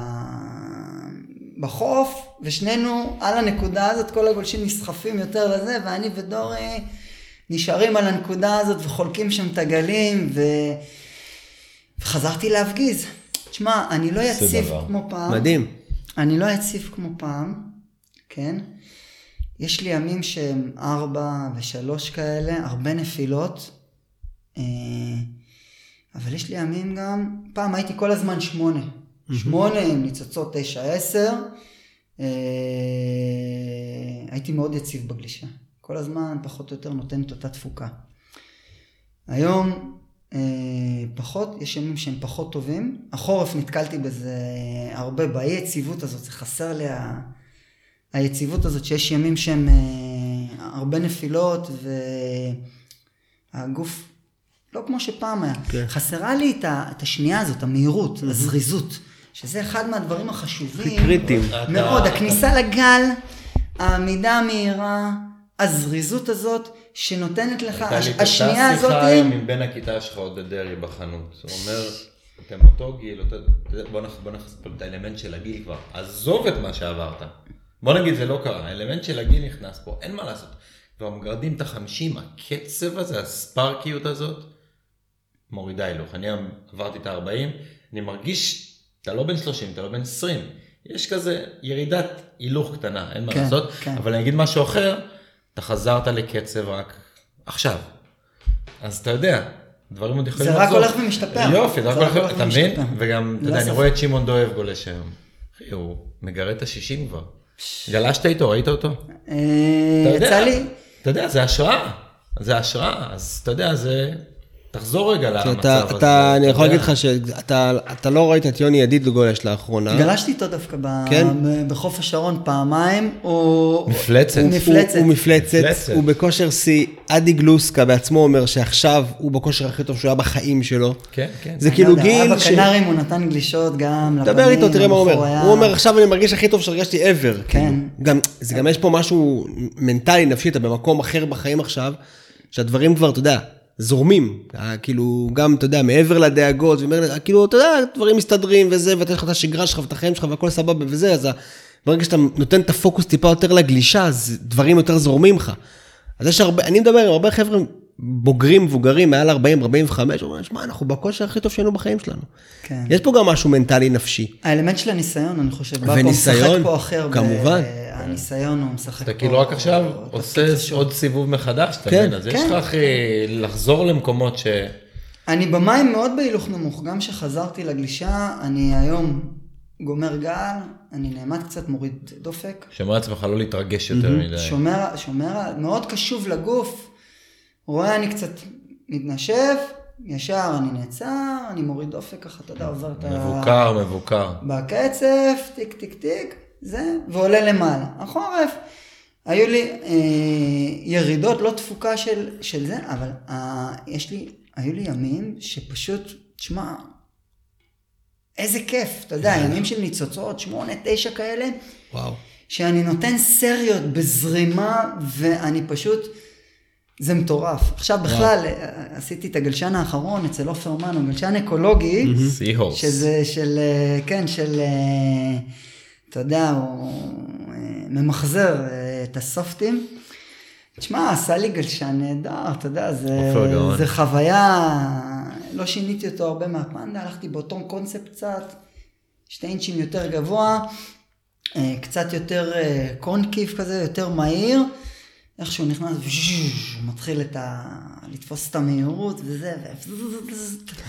בחוף, ושנינו על הנקודה הזאת, כל הגולשים נסחפים יותר לזה, ואני ודורי נשארים על הנקודה הזאת, וחולקים שם את הגלים, ו... וחזרתי להפגיז. תשמע, אני לא יציב כמו פעם. מדהים. אני לא יציב כמו פעם, כן? יש לי ימים שהם ארבע ושלוש כאלה, הרבה נפילות, אבל יש לי ימים גם, פעם הייתי כל הזמן שמונה. שמונה עם ניצוצות תשע עשר, הייתי מאוד יציב בגלישה. כל הזמן פחות או יותר נותן את אותה תפוקה. היום פחות, יש ימים שהם פחות טובים. החורף נתקלתי בזה הרבה, באי יציבות הזאת, זה חסר לי היציבות הזאת, שיש ימים שהם הרבה נפילות, והגוף לא כמו שפעם היה. Okay. חסרה לי את השנייה הזאת, המהירות, mm-hmm. הזריזות, שזה אחד מהדברים החשובים. קריטיים. מאוד, הכניסה לגל, העמידה המהירה, הזריזות הזאת, שנותנת לך, השנייה הזאת... הייתה לי אותה שיחה מבין הכיתה שלך עוד דרי בחנות. הוא אומר, אתם אותו גיל, בוא נכנס פה את האלמנט של הגיל כבר, עזוב את מה שעברת. בוא נגיד, זה לא קרה, האלמנט של הגיל נכנס פה, אין מה לעשות. כבר מגרדים את החמישים, הקצב הזה, הספרקיות הזאת, מורידה הילוך. אני עברתי את ה-ארבעים, אני מרגיש, אתה לא בן שלושים, אתה לא בן עשרים. יש כזה ירידת הילוך קטנה, אין מה כן, לעשות. כן. אבל אני אגיד משהו אחר, אתה חזרת לקצב רק עכשיו. אז אתה יודע, דברים עוד יכולים זה לחזור. רק הולך ומשתפר. יופי, זה רק הולך, הולך אתה מבין? ומשתפר. וגם, אתה לא יודע, אני ספק. רואה את שמעון דואב גולש היום. אחי, הוא מגרד את השישים כבר. גלשת איתו, ראית אותו? אה, אתה יודע, יצא לי, אתה יודע, זה השראה. זה השראה, אז אתה יודע, זה... תחזור רגע למצב אתה, הזה. אתה, אני יכול יודע. להגיד לך שאתה אתה לא ראית את יוני ידיד גולש לאחרונה. גלשתי איתו דווקא ב- כן? ב- בחוף השרון פעמיים, הוא... מפלצת. הוא הוא, מפלצת. הוא מפלצת, מפלצת. הוא בכושר שיא, אדי גלוסקה בעצמו אומר שעכשיו הוא בכושר הכי טוב שהוא היה בחיים שלו. כן, כן. זה אני כאילו לא יודע, גיל ש... בקנרים הוא נתן גלישות גם לפנים. דבר איתו, תראה מה הוא הבחור אומר. היה- הוא אומר, עכשיו אני מרגיש הכי טוב שהרגשתי ever. כן. כאילו. גם, זה גם יש פה משהו מנטלי, נפשי, אתה במקום אחר בחיים עכשיו, שהדברים כבר, אתה יודע, זורמים. כאילו, גם, אתה יודע, מעבר לדאגות, ומעבר, כאילו, אתה יודע, דברים מסתדרים וזה, ואתה יש לך את השגרה שלך ואת החיים שלך והכל סבבה וזה, אז ברגע שאתה נותן את הפוקוס טיפה יותר לגלישה, אז דברים יותר זורמים לך. אז יש הרבה, אני מדבר עם הרבה חבר'ה בוגרים, מבוגרים, מעל ארבעים, ארבעים וחמש, אומרים, שמע, אנחנו בכושר הכי טוב שהיינו בחיים שלנו. כן. יש פה גם משהו מנטלי נפשי. האלמנט של הניסיון, אני חושב, בא פה וניסיון, משחק פה אחר. כמובן. ב- הניסיון הוא משחק פה. אתה כאילו רק עכשיו תפקיד עושה חשוב. עוד סיבוב מחדש, אתה כן, מבין? אז יש כן. לך אחי לחזור למקומות ש... אני במים מאוד בהילוך נמוך, גם שחזרתי לגלישה, אני היום גומר גל, אני נעמד קצת, מוריד דופק, שומר עצמך לא להתרגש יותר מדי. שומר, שומר, מאוד קשוב לגוף, רואה אני קצת מתנשף, ישר אני נעצר, אני מוריד דופק ככה, אתה יודע, עובר את ה... מבוקר, מבוקר. בקצף, טיק טיק טיק, זה, ועולה למעלה. החורף, היו לי אה, ירידות, לא תפוקה של, של זה, אבל אה, יש לי, היו לי ימים שפשוט, תשמע, איזה כיף, אתה יודע, ימים של ניצוצות, שמונה, תשע כאלה, וואו. שאני נותן סריות בזרימה, ואני פשוט, זה מטורף. עכשיו בכלל, עשיתי את הגלשן האחרון אצל עופר מן, הוא גלשן אקולוגי, סי-הורס. שזה של, כן, של, אתה יודע, הוא ממחזר את הסופטים. תשמע, עשה לי גלשן נהדר, אתה יודע, זה, עופר גאון. זה חוויה, לא שיניתי אותו הרבה מהפנדה, הלכתי באותו קונספט קצת, שתי אינצ'ים יותר גבוה, קצת יותר קונקיב כזה, יותר מהיר, איך שהוא נכנס, הוא מתחיל את ה... לתפוס את המהירות וזה, ו...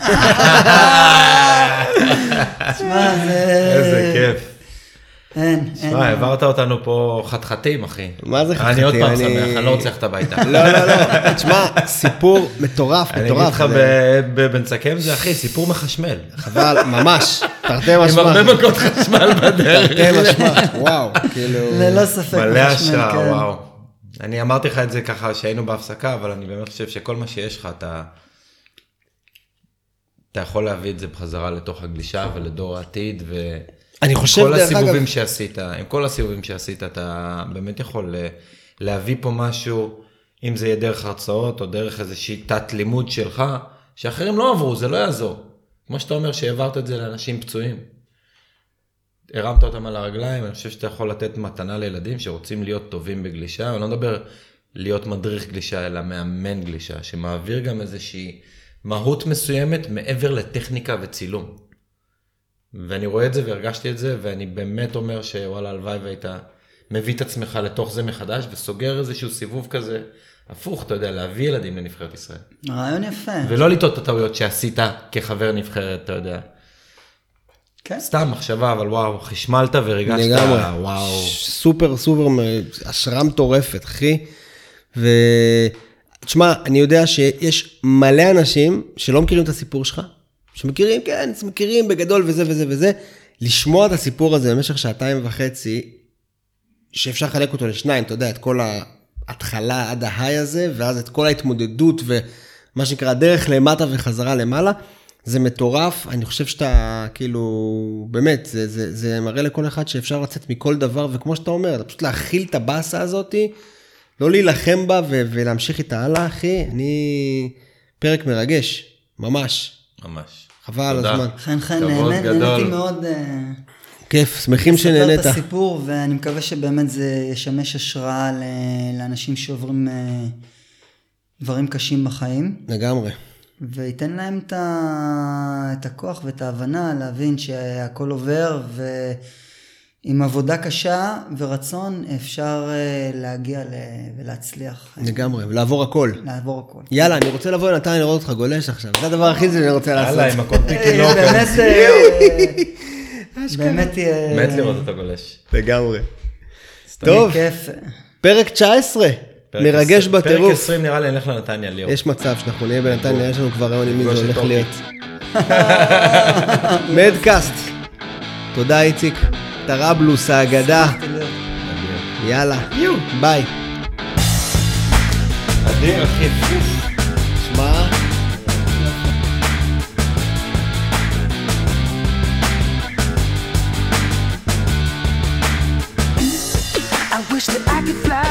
תשמע, זה... איזה כיף. אין, אין. תשמע, העברת אותנו פה חתחתים, אחי. מה זה אני עוד חתחתים? פעם אני- שמח, אני לא רוצה ללכת הביתה. לא, לא, לא. תשמע, סיפור מטורף, אני אגיד מטורף. לך, זה- ב- ב- בנסכם זה, אחי, סיפור מחשמל. חבל, ממש. תרתי עם משמע. הרבה מכות חשמל בדרך. תרתי משמע. וואו, כאילו... ללא ספק. מלא בחשמל, השראה, כן. וואו. אני אמרתי לך את זה ככה שהיינו בהפסקה, אבל אני באמת חושב שכל מה שיש לך, אתה... אתה יכול להביא את זה בחזרה לתוך הגלישה ולדור העתיד, ו... אני חושב, כל דרך הסיבובים אגב- שעשית, עם כל הסיבובים שעשית, אתה באמת יכול ל- להביא פה משהו, אם זה יהיה דרך הרצאות, או דרך איזושהי תת לימוד שלך, שאחרים לא עברו, זה לא יעזור. כמו שאתה אומר, שהעברת את זה לאנשים פצועים. הרמת אותם על הרגליים, אני חושב שאתה יכול לתת מתנה לילדים שרוצים להיות טובים בגלישה, אני לא מדבר להיות מדריך גלישה, אלא מאמן גלישה, שמעביר גם איזושהי מהות מסוימת מעבר לטכניקה וצילום. ואני רואה את זה והרגשתי את זה, ואני באמת אומר שוואלה, הלוואי והיית מביא את עצמך לתוך זה מחדש, וסוגר איזשהו סיבוב כזה, הפוך, אתה יודע, להביא ילדים לנבחרת ישראל. רעיון יפה. ולא לטעות את הטעויות שעשית כחבר נבחרת, אתה יודע. כן. סתם מחשבה, אבל וואו, חשמלת והרגשת, לגמרי. וואו. סופר סופר השראה מטורפת, אחי. ותשמע, אני יודע שיש מלא אנשים שלא מכירים את הסיפור שלך, שמכירים, כן, מכירים בגדול וזה וזה וזה, לשמוע את הסיפור הזה במשך שעתיים וחצי, שאפשר לחלק אותו לשניים, אתה יודע, את כל ההתחלה עד ההיי הזה, ואז את כל ההתמודדות ומה שנקרא דרך למטה וחזרה למעלה, זה מטורף, אני חושב שאתה, כאילו, באמת, זה, זה, זה מראה לכל אחד שאפשר לצאת מכל דבר, וכמו שאתה אומר, פשוט להכיל את הבאסה הזאת, לא להילחם בה ו- ולהמשיך איתה הלאה, אחי, אני פרק מרגש, ממש, ממש. חבל על תודה. הזמן. חן חן, כבוד נהנה- גדול. נהניתי מאוד אה, כיף, שמחים לספר שנהנית. את הסיפור, ואני מקווה שבאמת זה ישמש השראה ל- לאנשים שעוברים אה, דברים קשים בחיים. לגמרי. וייתן להם את, ה... את הכוח ואת ההבנה להבין שהכל עובר עם עבודה קשה ורצון אפשר להגיע ולהצליח. לגמרי, ולעבור הכל. לעבור הכל. יאללה, אני רוצה לבוא לנתניה לראות אותך גולש עכשיו. זה הדבר הכי שאני רוצה לעשות. יאללה, עם הקומפיקי לא. באמת, באמת תהיה... מת לראות אותו גולש. לגמרי. טוב, כיף. פרק תשע עשרה. מרגש בטירוף. פרק עשרים נראה לי נלך לנתניה ליאור. יש מצב שאנחנו נהיה בנתניה, יש לנו כבר רעיון עם מי זה הולך להיות. מדקאסט. תודה איציק. טראבלוס האגדה. יאללה. ביי. אדיר אחי. שמע. I wish that I could fly